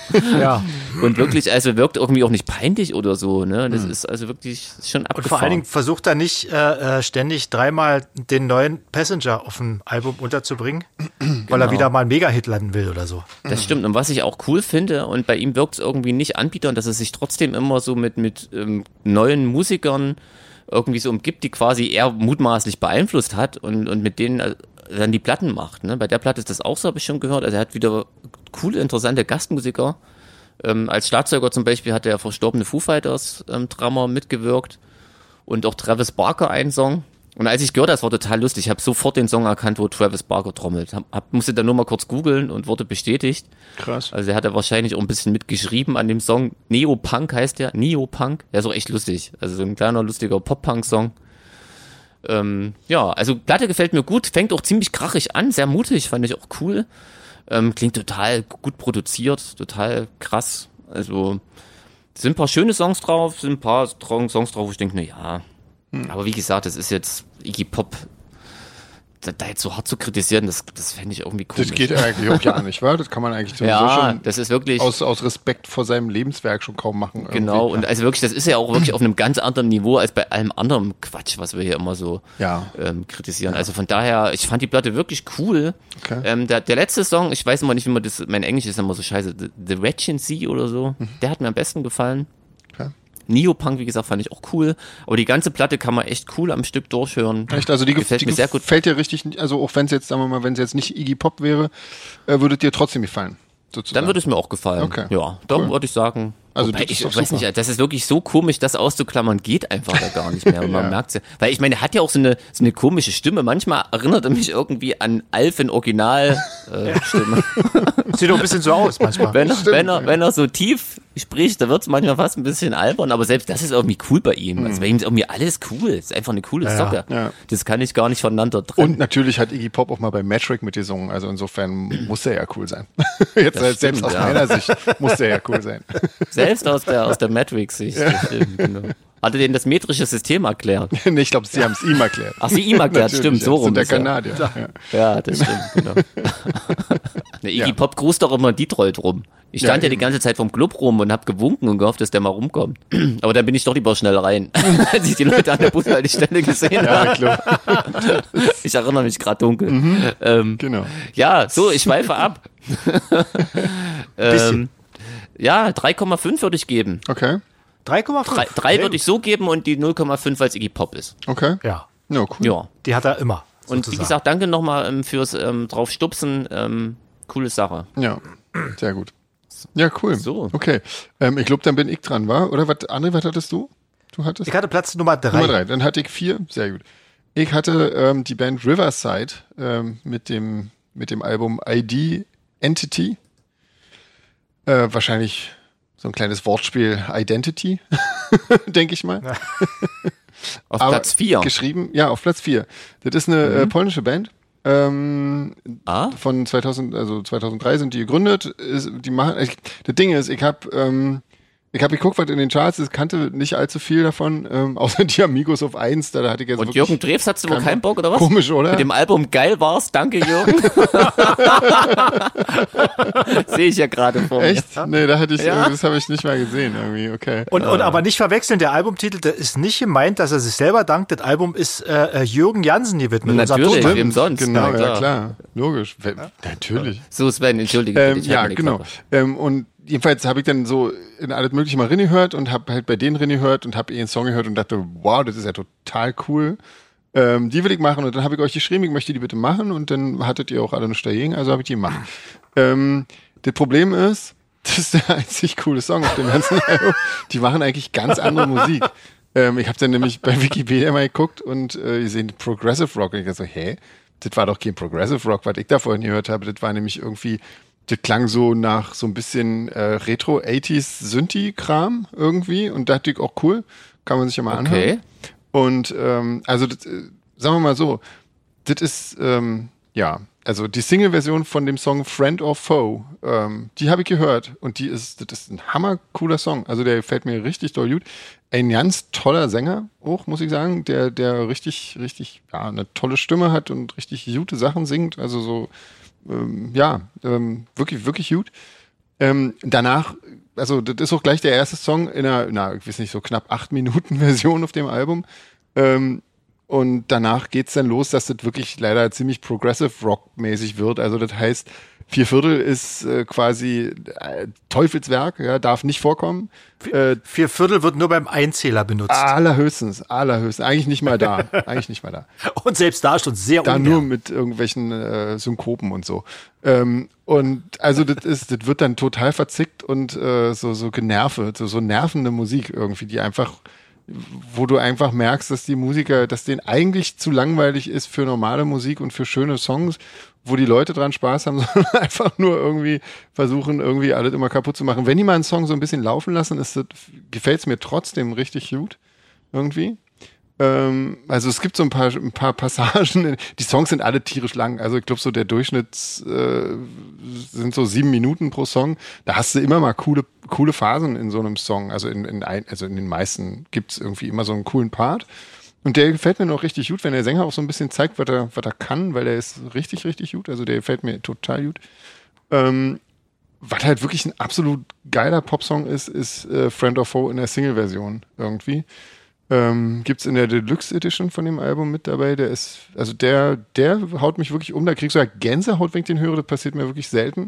Ja. Und wirklich, also wirkt irgendwie auch nicht peinlich oder so, ne? Das ist also wirklich schon Und abgefahren. vor allen Dingen versucht er nicht äh, äh, ständig dreimal den neuen Passenger auf dem Album unterzubringen, weil er wieder mal einen Mega-Hit landen will oder so. Das stimmt. Und was ich auch cool finde, und bei ihm wirkt es irgendwie nicht anbietern, dass er sich trotzdem immer so mit, mit ähm, neuen Musikern irgendwie so umgibt, die quasi er mutmaßlich beeinflusst hat und, und mit denen äh, dann die Platten macht. Ne? Bei der Platte ist das auch so, habe ich schon gehört. Also er hat wieder coole, interessante Gastmusiker. Ähm, als Schlagzeuger zum Beispiel hat der verstorbene Foo Fighters ähm, Drummer mitgewirkt und auch Travis Barker einen Song. Und als ich gehört habe, das war total lustig. Ich habe sofort den Song erkannt, wo Travis Barker trommelt. Hab, hab, musste dann nur mal kurz googeln und wurde bestätigt. Krass. Also er hat ja wahrscheinlich auch ein bisschen mitgeschrieben an dem Song. Neopunk heißt der. Neopunk. Der ist auch echt lustig. Also so ein kleiner, lustiger Pop-Punk-Song. Ähm, ja, also Platte gefällt mir gut. Fängt auch ziemlich krachig an. Sehr mutig, fand ich auch cool. Ähm, klingt total gut produziert. Total krass. Also sind ein paar schöne Songs drauf. Sind ein paar Songs drauf, wo ich denke, na ja. Aber wie gesagt, das ist jetzt Iggy Pop, da, da jetzt so hart zu kritisieren, das, das fände ich irgendwie komisch. Das geht eigentlich auch ja nicht, wa? Das kann man eigentlich sowieso ja, schon das ist wirklich, aus, aus Respekt vor seinem Lebenswerk schon kaum machen. genau, irgendwie. und also wirklich, das ist ja auch wirklich auf einem ganz anderen Niveau als bei allem anderen Quatsch, was wir hier immer so Ja. ähm, kritisieren. Also von daher, ich fand die Platte wirklich cool. Okay. Ähm, der, der letzte Song, ich weiß immer nicht, wie man das, mein Englisch ist immer so scheiße, The, The Regency oder so, der hat mir am besten gefallen. Okay. Neopunk, wie gesagt, fand ich auch cool. Aber die ganze Platte kann man echt cool am Stück durchhören. Echt, also die, gefällt die mir sehr gut. gefällt dir richtig, also auch wenn es jetzt, sagen wir mal, wenn es jetzt nicht Iggy Pop wäre, äh, würde dir trotzdem gefallen, sozusagen. Dann würde es mir auch gefallen. Okay. Ja, doch Cool. würde ich sagen. Also Wobei, das ist ich doch weiß super. nicht, das ist wirklich so komisch, das auszuklammern, geht einfach da gar nicht mehr. Und man Ja. merkt's ja. Weil ich meine, er hat ja auch so eine, so eine komische Stimme. Manchmal erinnert er mich irgendwie an Alf in Original äh, Stimme. Sieht doch ein bisschen so aus manchmal. Wenn er, Stimmt, wenn, er, ja. wenn er so tief spricht, da wird's manchmal fast ein bisschen albern, aber selbst das ist irgendwie cool bei ihm. Also bei ihm ist irgendwie alles cool. Ist einfach eine coole Ja, Socke. ja. Das kann ich gar nicht voneinander trennen. Und natürlich hat Iggy Pop auch mal bei Metric mitgesungen, also insofern muss er ja cool sein. Jetzt Das halt selbst stimmt, aus ja. meiner Sicht muss er ja cool sein. Selbst aus der, aus der Matrix-Sicht. das stimmt, Genau. Hat er denen das metrische System erklärt? Nee, ich glaube, sie haben es ihm erklärt. Ach, sie ihm erklärt, Natürlich, stimmt, so ja. rum. Das ist sind er. der Kanadier. Ja. Ja, das stimmt, genau. Der Iggy Ja. Pop grüßt doch immer Detroit rum. Ich stand Ja, ja, die eben. ganze Zeit vom Club rum und hab gewunken und gehofft, dass der mal rumkommt. Aber dann bin ich doch lieber schnell rein, als ich die Leute an der Bushaltestelle gesehen Ja, habe. klar. Ich erinnere mich gerade dunkel. Ähm, Genau. ja, so, ich schweife ab. ähm, ja, drei Komma fünf würde ich geben. Okay. drei Komma fünf. Drei, drei würde ich so geben und die null Komma fünf, weil es Iggy Pop ist. Okay. Ja, Ja, cool. Ja. die hat er immer. Und wie sozusagen. gesagt, danke nochmal ähm, fürs ähm, draufstupsen. Ähm, coole Sache. Ja, sehr gut. Ja, cool. So. Okay. Ähm, ich glaube, dann bin ich dran, war? Oder was, André, was hattest du? Du hattest? Ich hatte Platz Nummer drei. Nummer drei. Dann hatte ich vier. Sehr gut. Ich hatte ähm, die Band Riverside ähm, mit dem mit dem Album I D Entity. Äh, wahrscheinlich so ein kleines Wortspiel Identity, denke ich mal. Auf Aber Platz vier. Geschrieben, ja, auf Platz vier. Das ist eine äh, polnische Band. Ähm, Ah? von zweitausend, also zweitausenddrei sind die gegründet. Ist, die machen, ich, das Ding ist, ich habe ähm, Ich habe geguckt, was in den Charts ist, kannte nicht allzu viel davon, ähm, außer die Amigos auf eins, da, da hatte ich jetzt Und Jürgen Drews hattest du wohl keinen Bock, oder was? Komisch, oder? Mit dem Album Geil war's, danke Jürgen. Sehe ich ja gerade vor mir. Echt? Nee, da hatte ich, Ja. das habe ich nicht mal gesehen irgendwie, okay. Und, und aber nicht verwechseln, der Albumtitel, der ist nicht gemeint, dass er sich selber dankt. Das Album ist äh, Jürgen Jansen gewidmet. unser Natürlich, Toten. wem sonst? Genau, Ja, ja klar. klar, logisch, ja. Natürlich. So Sven, entschuldige Ähm, bitte, ich hab ja, mir nicht genau. gesagt. Ähm, und jedenfalls habe ich dann so in alles mögliche mal reingehört und habe halt bei denen reingehört und habe ihren Song gehört und dachte, wow, das ist ja total cool. Ähm, die will ich machen und dann habe ich euch geschrieben, ich möchte die bitte machen und dann hattet ihr auch alle nichts dagegen, also habe ich die gemacht. Ähm, das Problem ist, das ist der einzig coole Song auf dem ganzen Album. Die machen eigentlich ganz andere Musik. Ähm, ich habe dann nämlich bei Wikipedia mal geguckt und äh, gesehen Progressive Rock und ich dachte so, hä? Das war doch kein Progressive Rock, was ich da vorhin gehört habe. Das war nämlich irgendwie, das klang so nach so ein bisschen äh, Retro-achtziger Synthi-Kram irgendwie und da dachte ich auch cool, kann man sich ja mal anhören. Okay. Und ähm, also das, äh, sagen wir mal so, das ist, ähm, ja, also die Single-Version von dem Song Friend or Foe, ähm, die habe ich gehört und die ist, das ist ein hammercooler Song. Also der gefällt mir richtig doll gut. Ein ganz toller Sänger auch, muss ich sagen, der, der richtig, richtig, ja, eine tolle Stimme hat und richtig gute Sachen singt. Also so, ähm, ja, ähm, wirklich, wirklich gut. Ähm, danach, also das ist auch gleich der erste Song in einer, na, ich weiß nicht, so knapp acht Minuten Version auf dem Album. Ähm, und danach geht's dann los, dass das wirklich leider ziemlich Progressive Rock-mäßig wird. Also das heißt, vier Viertel ist äh, quasi äh, Teufelswerk, ja, darf nicht vorkommen. Äh, Vier Viertel wird nur beim Einzähler benutzt. allerhöchstens, allerhöchstens. Eigentlich nicht mal da. Eigentlich nicht mal da. Und selbst da schon sehr Da ungern. nur mit irgendwelchen äh, Synkopen und so. Ähm, und also das ist, das wird dann total verzickt und äh, so so generve, so so nervende Musik irgendwie, die einfach, wo du einfach merkst, dass die Musiker, dass denen eigentlich zu langweilig ist für normale Musik und für schöne Songs, wo die Leute dran Spaß haben, sondern einfach nur irgendwie versuchen, irgendwie alles immer kaputt zu machen. Wenn die mal einen Song so ein bisschen laufen lassen, ist das, gefällt's mir trotzdem richtig gut irgendwie. Ähm, also es gibt so ein paar, ein paar Passagen, die Songs sind alle tierisch lang, also ich glaube so der Durchschnitt äh, sind so sieben Minuten pro Song, da hast du immer mal coole, coole Phasen in so einem Song, also in, in, ein, also in den meisten gibt's irgendwie immer so einen coolen Part und der gefällt mir noch richtig gut, wenn der Sänger auch so ein bisschen zeigt, was er, was er kann, weil der ist richtig, richtig gut, also der gefällt mir total gut. Ähm, was halt wirklich ein absolut geiler Popsong ist, ist äh, Friend or Foe in der Single-Version irgendwie. Ähm, gibt's in der Deluxe Edition von dem Album mit dabei, der ist, also der, der haut mich wirklich um, da kriegst du ja Gänsehaut, wenn ich den höre, das passiert mir wirklich selten.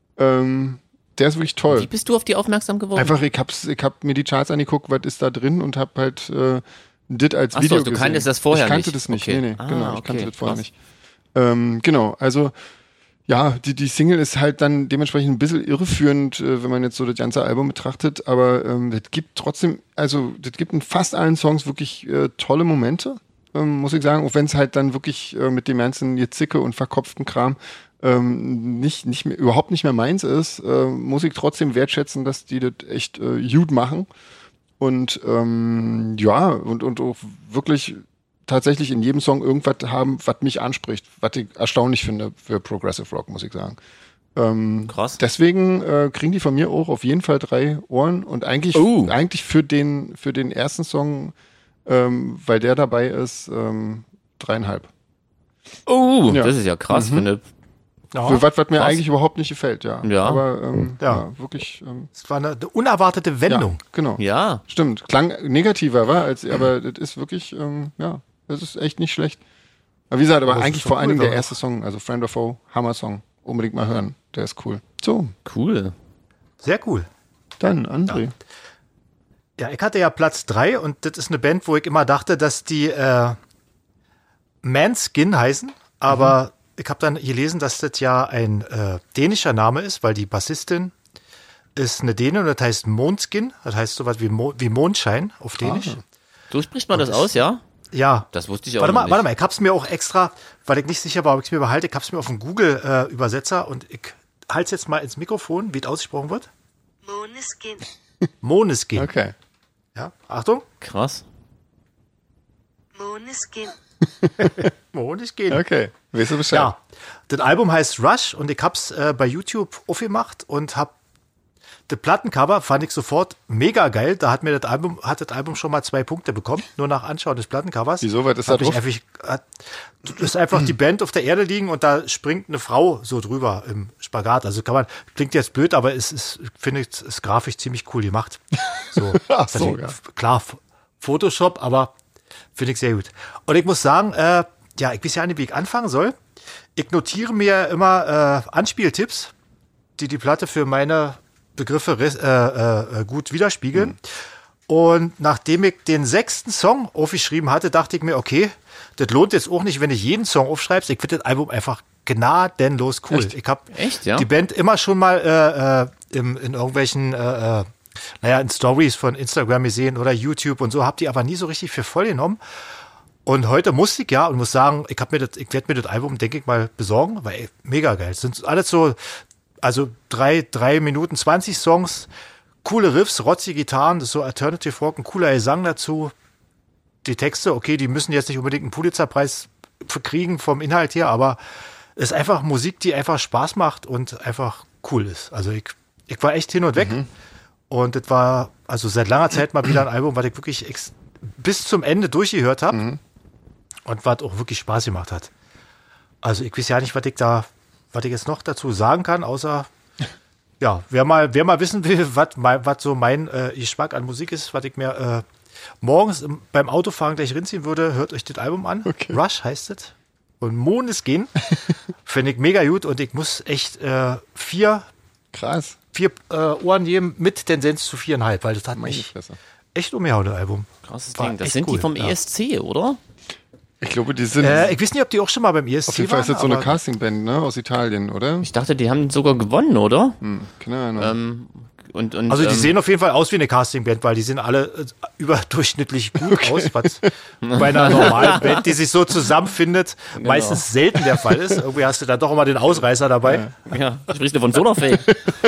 Ähm, der ist wirklich toll. Wie bist du auf die aufmerksam geworden? Einfach, ich hab's, ich hab mir die Charts angeguckt, was ist da drin und hab halt äh, das als Ach so, Video du gesehen. kanntest das vorher Ich kannte nicht? das nicht, Okay. nee, nee, Ah, genau, ich kannte okay, das vorher krass. nicht. Ähm, genau, also ja, die, die Single ist halt dann dementsprechend ein bisschen irreführend, äh, wenn man jetzt so das ganze Album betrachtet, aber ähm, das gibt trotzdem, also das gibt in fast allen Songs wirklich äh, tolle Momente, ähm, muss ich sagen, auch wenn es halt dann wirklich äh, mit dem ganzen Gezicke und verkopften Kram ähm, nicht, nicht mehr, überhaupt nicht mehr meins ist, äh, muss ich trotzdem wertschätzen, dass die das echt äh, gut machen und ähm, ja, und, und auch wirklich tatsächlich in jedem Song irgendwas haben, was mich anspricht, was ich erstaunlich finde für Progressive Rock, muss ich sagen. Ähm, Krass. Deswegen äh, kriegen die von mir auch auf jeden Fall drei Ohren und eigentlich, Oh. eigentlich für den, für den ersten Song, ähm, weil der dabei ist, ähm, dreieinhalb. Oh, Ja. das ist ja krass, Mhm. finde Ja, Für was, was mir krass. eigentlich überhaupt nicht gefällt, ja. Ja. Aber ähm, Ja. ja. wirklich. Ähm, das war eine, eine unerwartete Wendung. Ja, genau. Ja. Stimmt. Klang negativer, war, als, aber das ist wirklich, ähm, ja, das ist echt nicht schlecht. Aber wie gesagt, aber Aber es eigentlich ist doch vor allem cool, der doch. erste Song, also Friend or Foe, Hammer-Song. Unbedingt mal hören. Der ist cool. So, Cool. Sehr cool. dann André. Ja, ich hatte ja Platz drei und das ist eine Band, wo ich immer dachte, dass die äh, Manskin heißen, aber ich habe dann gelesen, dass das ja ein äh, dänischer Name ist, weil die Bassistin ist eine Dänin und das heißt Måneskin, das heißt sowas wie, Mo wie Mondschein auf Dänisch. Ah. So spricht man das aus, ja? Ja. Das wusste ich auch Warte noch mal, nicht. warte mal, ich hab's mir auch extra, weil ich nicht sicher war, ob ich es mir behalte, ich hab's mir auf dem Google-Übersetzer und ich halte es jetzt mal ins Mikrofon, wie es ausgesprochen wird. Måneskin. Måneskin. Okay. Ja, Achtung. Krass. Måneskin. Måneskin. Okay. Weißt du Bescheid? Ja, das Album heißt Rush und ich hab's äh, bei YouTube aufgemacht und hab das Plattencover fand ich sofort mega geil. Da hat mir das Album, hat das Album schon mal zwei Punkte bekommen, nur nach Anschauen des Plattencovers. Wieso, was ist da drauf? Einfach, hat, das ist einfach die Band auf der Erde liegen und da springt eine Frau so drüber im Spagat. Also kann man, klingt jetzt blöd, aber es ist, finde ich, ist grafisch ziemlich cool gemacht. So, Ach so, ja. ja. Klar, Photoshop, aber finde ich sehr gut. Und ich muss sagen, äh, ja, ich weiß ja nicht, wie ich anfangen soll. Ich notiere mir immer äh, Anspieltipps, die die Platte für meine Begriffe äh, äh, gut widerspiegeln. Mhm. Und nachdem ich den sechsten Song aufgeschrieben hatte, dachte ich mir, okay, das lohnt jetzt auch nicht, wenn ich jeden Song aufschreibe. Ich finde das Album einfach gnadenlos cool. Echt? Ich habe ja? die Band immer schon mal äh, äh, im, in irgendwelchen, äh, äh, naja, in Stories von Instagram gesehen oder YouTube und so, habe die aber nie so richtig für voll genommen. Und heute musste ich ja und muss sagen, ich habe mir das, ich werde mir das Album, denke ich mal, besorgen, weil ey, mega geil. Es sind alles so, also drei, drei Minuten zwanzig Songs, coole Riffs, rotzige Gitarren, das ist so Alternative Rock, ein cooler Gesang dazu. Die Texte, okay, die müssen jetzt nicht unbedingt einen Pulitzerpreis kriegen vom Inhalt her, aber es ist einfach Musik, die einfach Spaß macht und einfach cool ist. Also ich, ich war echt hin und weg. Mhm. Und das war also seit langer Zeit mal wieder ein Album, was ich wirklich ex- bis zum Ende durchgehört habe. Mhm. Und was auch wirklich Spaß gemacht hat. Also ich weiß ja nicht, was ich da, was ich jetzt noch dazu sagen kann, außer, ja, wer mal, wer mal wissen will, was, was so mein äh, Geschmack an Musik ist, was ich mir äh, morgens im, beim Autofahren gleich rinziehen würde, hört euch das Album an. Okay. Rush heißt es. Und Mondes gehen. Finde ich mega gut und ich muss echt äh, vier, Krass. vier äh, Ohren geben mit Tendenz zu viereinhalb, weil das hat Meine mich Fresse. echt umgehauen, das Album. Krasses War Ding. Das echt sind cool, die vom ja. E S C, oder? Ich glaube, die sind. Äh, ich weiß nicht, ob die auch schon mal beim E S C waren. Auf jeden Fall ist das so eine aber- Castingband, ne? Aus Italien, oder? Ich dachte, die haben sogar gewonnen, oder? Hm, keine Ahnung. Ähm, und, und, Also die ähm, sehen auf jeden Fall aus wie eine Castingband, weil die sehen alle äh, überdurchschnittlich gut aus, was bei einer normalen Band, die sich so zusammenfindet, meistens selten der Fall ist. Irgendwie hast du da doch immer den Ausreißer dabei. Ja, sprichst du von Sonderfake?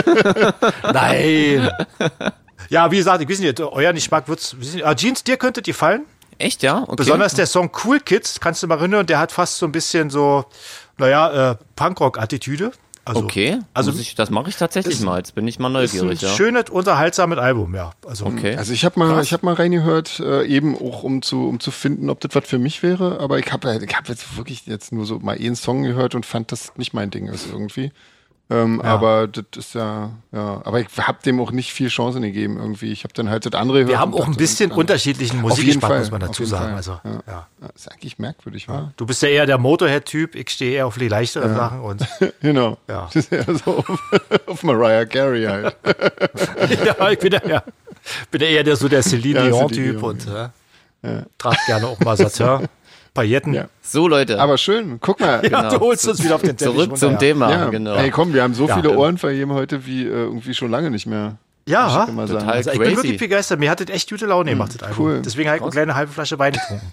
Nein. Ja, wie gesagt, ich weiß nicht, euer Geschmack wird's. Ah, Jeans, dir könnte die fallen. Echt, ja? Okay. Besonders der Song Cool Kids, kannst du mal reinhören, der hat fast so ein bisschen so, naja, äh, Punkrock-Attitüde. Also, Okay, also Muss ich, das mache ich tatsächlich ist- mal. Jetzt bin ich mal ist ein neugierig, ja. schönes, unterhaltsames Album, ja. Also, Okay. Also ich habe mal, Krass. ich habe mal reingehört, äh, eben auch um zu, um zu finden, ob das was für mich wäre. Aber ich habe, ich habe jetzt wirklich jetzt nur so mal einen Song gehört und fand das nicht mein Ding ist irgendwie. Ähm, Ja. Aber das ist ja, ja. Aber ich habe dem auch nicht viel Chancen gegeben irgendwie. Ich habe dann halt das andere gehört. wir haben und auch ein dachte, bisschen das- unterschiedlichen Auf jeden Musikgeschmack, Fall, muss man dazu auf jeden sagen. Fall. Also, Ja. ja. Ja, ist eigentlich merkwürdig, wa? Du bist ja eher der Motorhead-Typ, ich stehe eher auf die leichteren Sachen und Genau. Ja. Das ist ja so auf, auf Mariah Carey halt. ja, ich bin ja, ja, bin ja eher der, so der Celine Ja, Celine Dion-Typ Dion, und äh, trage gerne auch mal Satin, Pailletten. Ja. So, Leute. Aber schön, guck mal. Ja, Genau. du holst uns wieder auf den Teppich Zurück runter, zum ja. Thema, Ja, genau. ey komm, wir haben so Ja. viele Ohren vergeben heute wie äh, irgendwie schon lange nicht mehr. Ja, Muss ich immer sagen. total. also ich bin Crazy. wirklich begeistert. Mir hat das echt gute Laune gemacht, das Album. cool. Deswegen habe ich eine kleine halbe Flasche Wein getrunken.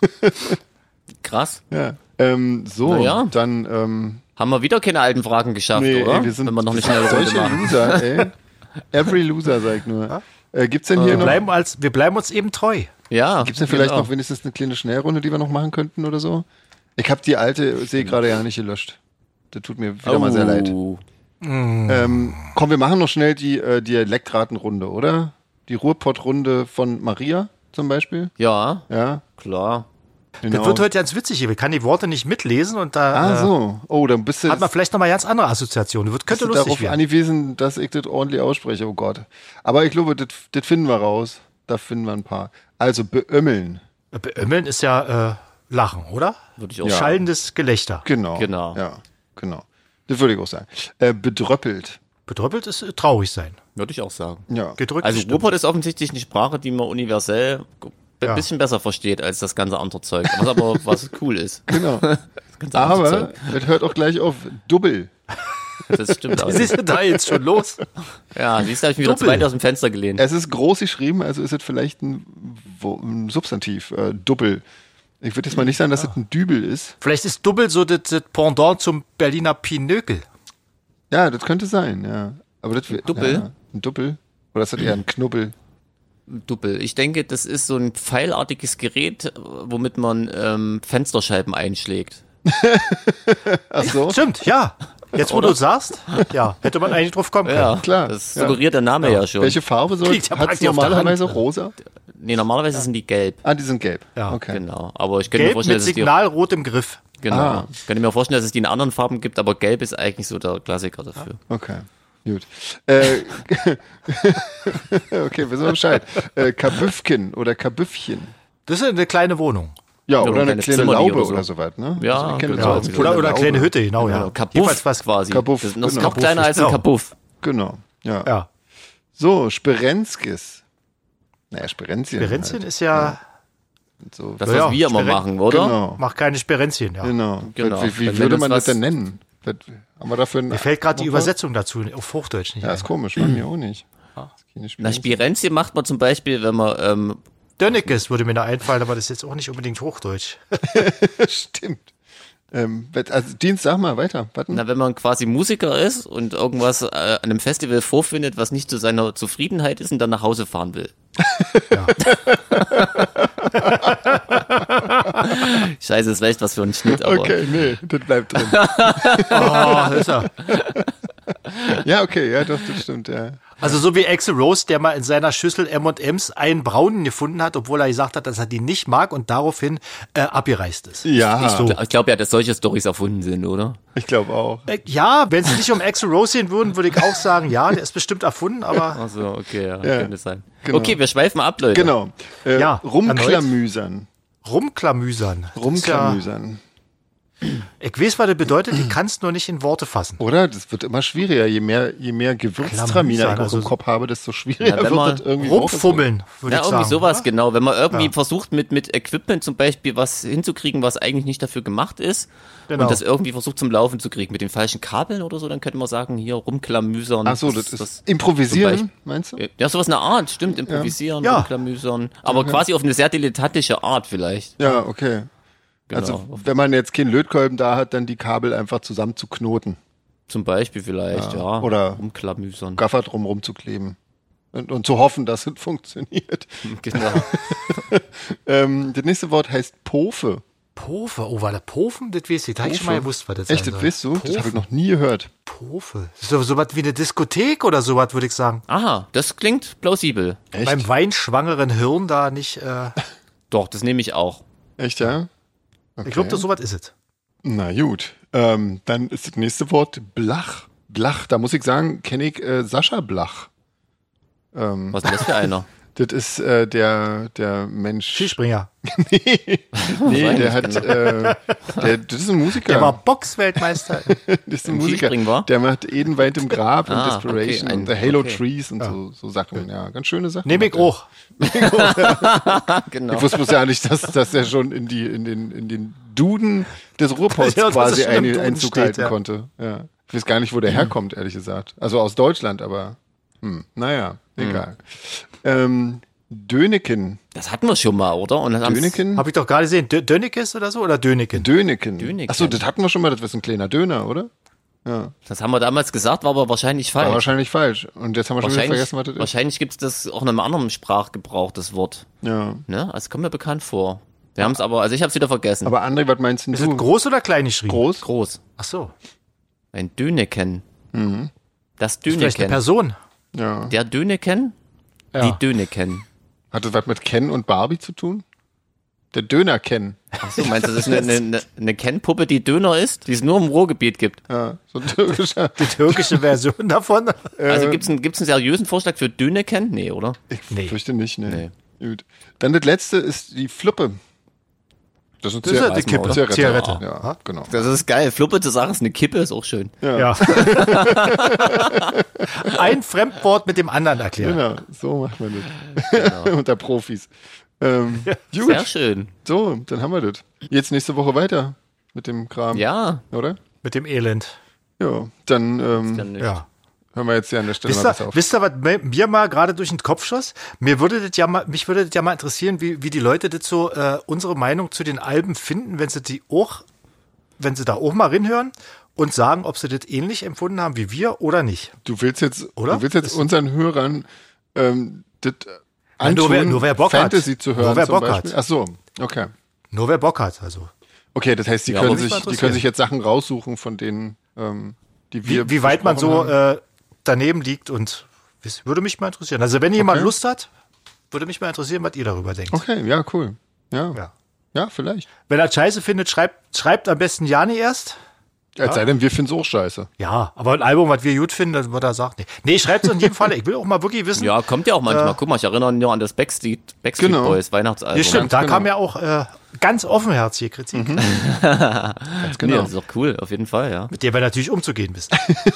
Krass. Ja. Ähm, so, Na ja. dann ähm, Haben wir wieder keine alten Fragen geschafft, nee, oder? ey, wir sind Wenn wir noch nicht schnell Runde solche machen. Loser, ey. Every Loser, sag ich nur. Äh, gibt's denn hier Wir noch, bleiben, als, wir bleiben uns eben treu. Ja. gibt's denn vielleicht genau. noch wenigstens eine kleine Schnellrunde, die wir noch machen könnten oder so? Ich habe die alte, sehe gerade ja nicht gelöscht. Das tut mir wieder mal sehr leid. Oh. Ähm, komm, wir machen noch schnell die äh, Dialektratenrunde, oder? Die Ruhrpott-Runde von Maria zum Beispiel. Ja, Ja, klar. genau. Das wird heute ganz witzig hier. Wir kann die Worte nicht mitlesen und da Ah, äh, so. Oh, dann bist du, hat man vielleicht nochmal ganz andere Assoziationen. Wird, bist könnte du lustig darauf werden. angewiesen, dass ich das ordentlich ausspreche. Oh Gott. Aber ich glaube, das das finden wir raus. Da finden wir ein paar. Also, beömmeln. Beömmeln ist ja äh, Lachen, oder? Würde ich auch Ja. sagen. Schallendes Gelächter. Genau. Genau. Ja, genau. Das würde ich auch sagen. Äh, bedröppelt. Bedröppelt ist äh, traurig sein. Würde ich auch sagen. Ja. Gedrückt Also stimmt. Ruhrpott ist offensichtlich eine Sprache, die man universell ein Ja. bisschen besser versteht als das ganze andere Zeug. Was aber was cool ist. Genau. Das ganze andere Aber das hört auch gleich auf. Dubbel. Zeug. Das stimmt auch. Was ist denn da jetzt schon los? Ja, siehst du, habe ich mich wieder Doppel. zu weit aus dem Fenster gelehnt. Es ist groß geschrieben, also ist es vielleicht ein, Wo- ein Substantiv. Äh, Dubbel. Ich würde jetzt mal nicht sagen, dass es ein Dübel ist. Vielleicht ist Dubbel so das, das Pendant zum Berliner Pinökel. Ja, das könnte sein, ja. Aber das wär- Dubbel? Ja, ein Dubbel? Oder ist das eher ein Knubbel? Doppel. Ich denke, das ist so ein pfeilartiges Gerät, womit man ähm, Fensterscheiben einschlägt. Ach so? Stimmt, ja. Jetzt, wo du sagst, ja, hätte man eigentlich drauf kommen können. Ja, Klar, das ja. suggeriert der Name ja, schon. Welche Farbe soll Liegt ja hat es praktisch auf der normalerweise? Hand. Rosa? Nee, normalerweise sind die gelb. Ah, die sind gelb. Ja. Okay. Genau. Aber ich könnte mir Gelb vorstellen, mit dass es die, Signalrot im Griff. genau. Ah. Ich könnte mir vorstellen, dass es die in anderen Farben gibt, aber gelb ist eigentlich so der Klassiker dafür. Okay. Gut. Äh, okay, wissen wir Bescheid. Äh, Kabüffchen oder Kabüffchen. Das ist eine kleine Wohnung. Ja, oder oder ein eine kleines kleine Zimmerli Laube oder so. oder sowas, ne? Ja, Also, ich kenne genau. das so. Oder, oder eine Laube. kleine Hütte, genau, ja. Genau. Kabuff Jedenfalls was. quasi. Kabuff, Das ist noch, genau. noch kleiner als ein Genau. Kabuff. Genau, ja. Ja. So, Sperenskis. Naja, Sperenzchen. Berenzchen halt. ist ja, So. Das, Ja, was ja, wir immer Speren- machen, oder? Genau, macht keine Sperenzchen, ja. genau. Genau. Wie, wie Dann würde nenn man uns das denn was- nennen? Was, haben wir dafür einen, Mir fällt gerade die noch was? Übersetzung dazu auf Hochdeutsch nicht Ja, ein. ist komisch, bei mir auch nicht. Das ist keine Na, Spirenzchen. Spirenzchen macht man zum Beispiel, wenn man, ähm, Dönnekes würde mir da einfallen, aber das ist jetzt auch nicht unbedingt Hochdeutsch. Stimmt. Ähm, also Dienst, sag mal weiter. Warten. na, wenn man quasi Musiker ist und irgendwas äh, an einem Festival vorfindet, was nicht zu seiner Zufriedenheit ist und dann nach Hause fahren will. Scheiße, ist vielleicht was für ein Schnitt, aber Okay, nee, das bleibt drin. Oh, ist er. Ja, okay, ja, doch, das stimmt, ja. Also so wie Axl Rose, der mal in seiner Schüssel M und M's einen braunen gefunden hat, obwohl er gesagt hat, dass er die nicht mag und daraufhin äh, abgereist ist. Ja, So. ich glaube ja, dass solche Storys erfunden sind, oder? ich glaube auch. Äh, ja, wenn es nicht um Axl Rose gehen würden, würde ich auch sagen, ja, der ist bestimmt erfunden, aber Also okay, ja, Ja, könnte sein. genau. Okay, wir schweifen ab, Leute. Genau. Äh, Ja, rumklamüsern. rumklamüsern. Das ist ja- Rumklamüsern. Ich weiß, was das bedeutet, ich kann es nur nicht in Worte fassen. Oder? Das wird immer schwieriger. Je mehr, je mehr Gewürztraminer ich auch also im so- Kopf habe, desto schwieriger Ja, wenn wird man das irgendwie Rumfummeln, würde Ja, ich irgendwie sagen. sowas, oder? genau. Wenn man irgendwie Ja. versucht, mit, mit Equipment zum Beispiel was hinzukriegen, was eigentlich nicht dafür gemacht ist, Genau. und das irgendwie versucht zum Laufen zu kriegen, mit den falschen Kabeln oder so, dann könnte man sagen, hier rumklamüsern. Ach so, das ist improvisieren, zum meinst du? Ja, sowas in der Art, stimmt, improvisieren, Ja. rumklamüsern, aber quasi auf eine sehr dilettantische Art vielleicht. Ja, okay. Genau. Also, wenn man jetzt keinen Lötkolben da hat, dann die Kabel einfach zusammen zu knoten. Zum Beispiel vielleicht, Ja, ja. oder- rumklamüsern. Gaffer drum rumzukleben. Und, und zu hoffen, dass es funktioniert. Genau. Ähm, das nächste Wort heißt Pofe. Pofe, oh, war der Pofen? Das weiß ich, da habe ich schon mal Pofe. gewusst, was das Echt, sein das soll. weißt du? Das Pofe. habe ich noch nie gehört. Pofe. Das ist so, so was wie eine Diskothek oder sowas, würde ich sagen. Aha, das klingt plausibel. Echt? Beim weinschwangeren Hirn da nicht, äh, Doch, das nehme ich auch. Echt, ja? Okay. ich glaube, so was ist es. Na gut. Ähm, dann ist das nächste Wort Blach. Blach, da muss ich sagen, kenne ich äh, Sascha Blach. Ähm, Was ist denn das für einer? das ist äh, der, der Mensch. Skispringer. Nee, der Eigentlich hat, äh, der, das ist ein Musiker. Der war Boxweltmeister. das ist ein im Musiker. Skispringen war? Der macht Eden weit im Grab und Ah, Desperation okay, ein- und The Halo okay. Trees und so, so Sachen. Ja, ganz schöne Sachen. Nehme ich macht er. auch. Genau. Ich wusste bloß ja nicht, dass, dass er schon in, die, in, den, in den Duden des Ruhrpots Ja, dass quasi er schon im eine, Duden Einzug steht, halten ja. konnte. Ja. Ich weiß gar nicht, wo der herkommt, ehrlich gesagt. Also aus Deutschland, aber hm, naja, egal. Ähm, Döneken. Das hatten wir schon mal, oder? Und dann haben's- Döneken? Habe ich doch gerade gesehen. Dö Dönnekes oder so? Oder Döneken? Döneken. Döneken. Achso, das hatten wir schon mal, das ist ein kleiner Döner, oder? Ja, Das haben wir damals gesagt, war aber wahrscheinlich war falsch. wahrscheinlich falsch. Und jetzt haben wir schon wieder Wahrscheinlich, vergessen, was das ist. wahrscheinlich gibt es das auch in einem anderen Sprachgebrauch, das Wort. Ja. Ne? Also kommt mir bekannt vor. Wir haben es aber, also ich habe es wieder vergessen. Aber André, was meinst denn Ist du? es groß oder klein geschrieben? Groß? Groß. Ach so. Ein Döneken. Mhm. Das Ist vielleicht eine Döneken. Person. Ja. Der Döneken? Ja. Die Döneken. Hat das was mit Ken und Barbie zu tun? Der Döner Ken. Achso, meinst du, das ist eine, eine, eine Ken-Puppe, die Döner ist, die es nur im Ruhrgebiet gibt? Ja, so ein türkischer. Die türkische Version davon. Also gibt es einen, gibt's einen seriösen Vorschlag für Döneken? Nee, oder? Ich Nee. fürchte nicht, ne. Gut. Dann das letzte ist die Fluppe. Das ist Das ist ja die Kippe. Zigarette. Zigarette. Ja, genau. Das ist geil. Fluppe zu sagen, ist eine Kippe, ist auch schön. Ja. Ein Fremdwort mit dem anderen erklären. Genau, so macht man das. Unter Profis. Ähm, Sehr gut, schön. so, dann haben wir das. Jetzt nächste Woche weiter mit dem Kram, Ja. oder? Mit dem Elend. Ja, dann ähm, Dann nicht. Ja. hören wir jetzt hier an der Stelle Wisst mal ihr, besser auf. wisst ihr, was mir- mir mal gerade durch den Kopf schoss? Mir würde das ja mal, mich würde das ja mal interessieren, wie, wie die Leute das so, äh, unsere Meinung zu den Alben finden, wenn sie die auch, wenn sie da auch mal reinhören und sagen, ob sie das ähnlich empfunden haben wie wir oder nicht. Du willst jetzt, Oder? du willst jetzt unseren Hörern ähm, das Nein, nur antun, wer- nur wer Bock hat. Fantasy zu hören Nur wer zum Bock hat. Beispiel. Ach so, okay. Nur wer Bock hat, also. Okay, das heißt, die Ja, können aber sich, mich mal die können sich jetzt Sachen raussuchen, von denen, ähm, die wir wie, wie weit man so besprochen äh, daneben liegt und das würde mich mal interessieren. Also wenn jemand Okay. Lust hat, würde mich mal interessieren, was ihr darüber denkt. Okay, ja, cool. Ja, ja, Ja. vielleicht. Wenn er scheiße findet, schreibt, schreibt am besten Jani erst. Als sei denn, wir finden es auch scheiße. Ja, aber ein Album, was wir gut finden, dann wird er sagen, nee. Nee, schreibt es in jedem Fall. Ich will auch mal wirklich wissen. Ja, kommt ja auch manchmal. Äh, Guck mal, ich erinnere mich nur an das Backstreet, Backstreet Genau. Boys Weihnachtsalbum. Ja, stimmt, da genau. kam ja auch äh, ganz offenherzige Kritik, Ganz Nee, genau. das ist doch cool, auf jeden Fall, ja. mit der wir natürlich umzugehen wissen.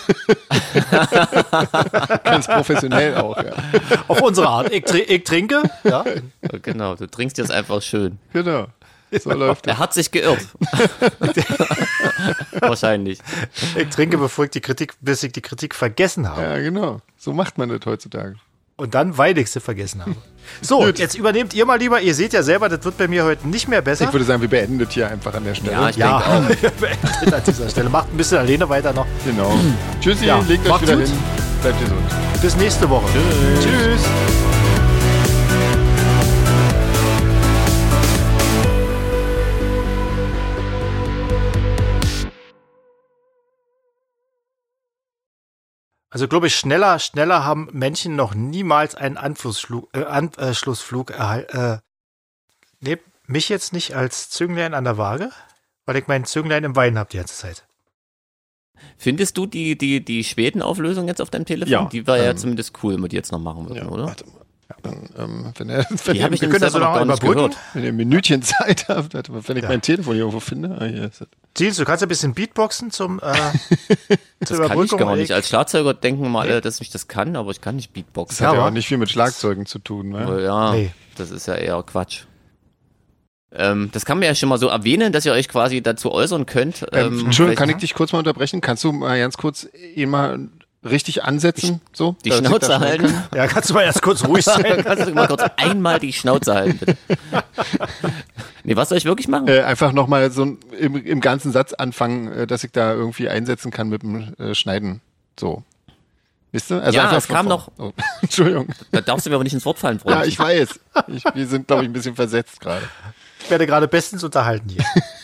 Ganz professionell auch, ja. Auf unsere Art. Ich, tr- ich trinke, ja. Genau, du trinkst jetzt einfach schön. Genau. So läuft es. Er hat sich geirrt. Wahrscheinlich. Ich trinke, bevor ich die Kritik, bis ich die Kritik vergessen habe. Ja, genau. So macht man das heutzutage. Und dann, weil ich sie vergessen habe. So, jetzt übernehmt ihr mal lieber. Ihr seht ja selber, das wird bei mir heute nicht mehr besser. Ich würde sagen, wir beenden das hier einfach an der Stelle. Ja, ich ja, denke auch. beendet an dieser Stelle. Macht ein bisschen alleine weiter noch. Genau. Tschüssi, Ja, legt euch macht's wieder gut. hin. Bleibt gesund. Bis nächste Woche. Tschüss. Tschüss. Also glaube ich, schneller, schneller haben Menschen noch niemals einen Anflussflug, äh, Anschlussflug erhalten. Äh, nehmt mich jetzt nicht als Zünglein an der Waage, weil ich meinen Zünglein im Wein habe die ganze Zeit. Findest du die, die, die Schwedenauflösung jetzt auf deinem Telefon? Ja, Die war ja ähm, zumindest cool, wenn wir die jetzt noch machen würden, oder? Warte mal. Dann, ähm, wenn, er, wenn, Die ihr, habe ich Wir nämlich können das selber so noch gar noch nicht überbrücken. gehört. wenn ihr ein Minütchen Zeit habt, warte mal, wenn ich Ja. mein Telefon hier irgendwo finde. Ah, hier ist es. Jeans, du kannst ein bisschen Beatboxen zum äh, Das kann ich gar nicht. Als Schlagzeuger denken mal alle, dass ich das kann, aber ich kann nicht Beatboxen. Das hat ja aber- auch nicht viel mit Schlagzeugen zu tun. Ne? Aber ja, Nee. das ist ja eher Quatsch. Ähm, das kann man ja schon mal so erwähnen, dass ihr euch quasi dazu äußern könnt. Ähm, Ähm, Entschuldigung, kann ich vielleicht- dich kurz mal unterbrechen? Kannst du mal ganz kurz ihn mal richtig ansetzen? So, Die dass ich Schnauze da schneiden halten. kann? Ja, kannst du mal erst kurz ruhig sein? Kannst du mal kurz einmal die Schnauze halten, bitte? Nee, was soll ich wirklich machen? Äh, einfach nochmal so im, im ganzen Satz anfangen, äh, dass ich da irgendwie einsetzen kann mit dem äh, Schneiden. So. Wisst ihr? Also Ja, einfach es kam von- noch- Oh, Entschuldigung. Da darfst du mir aber nicht ins Wort fallen, Freund. Ja, ich weiß. Ich, wir sind, glaube ich, ein bisschen versetzt gerade. Ich werde gerade bestens unterhalten hier.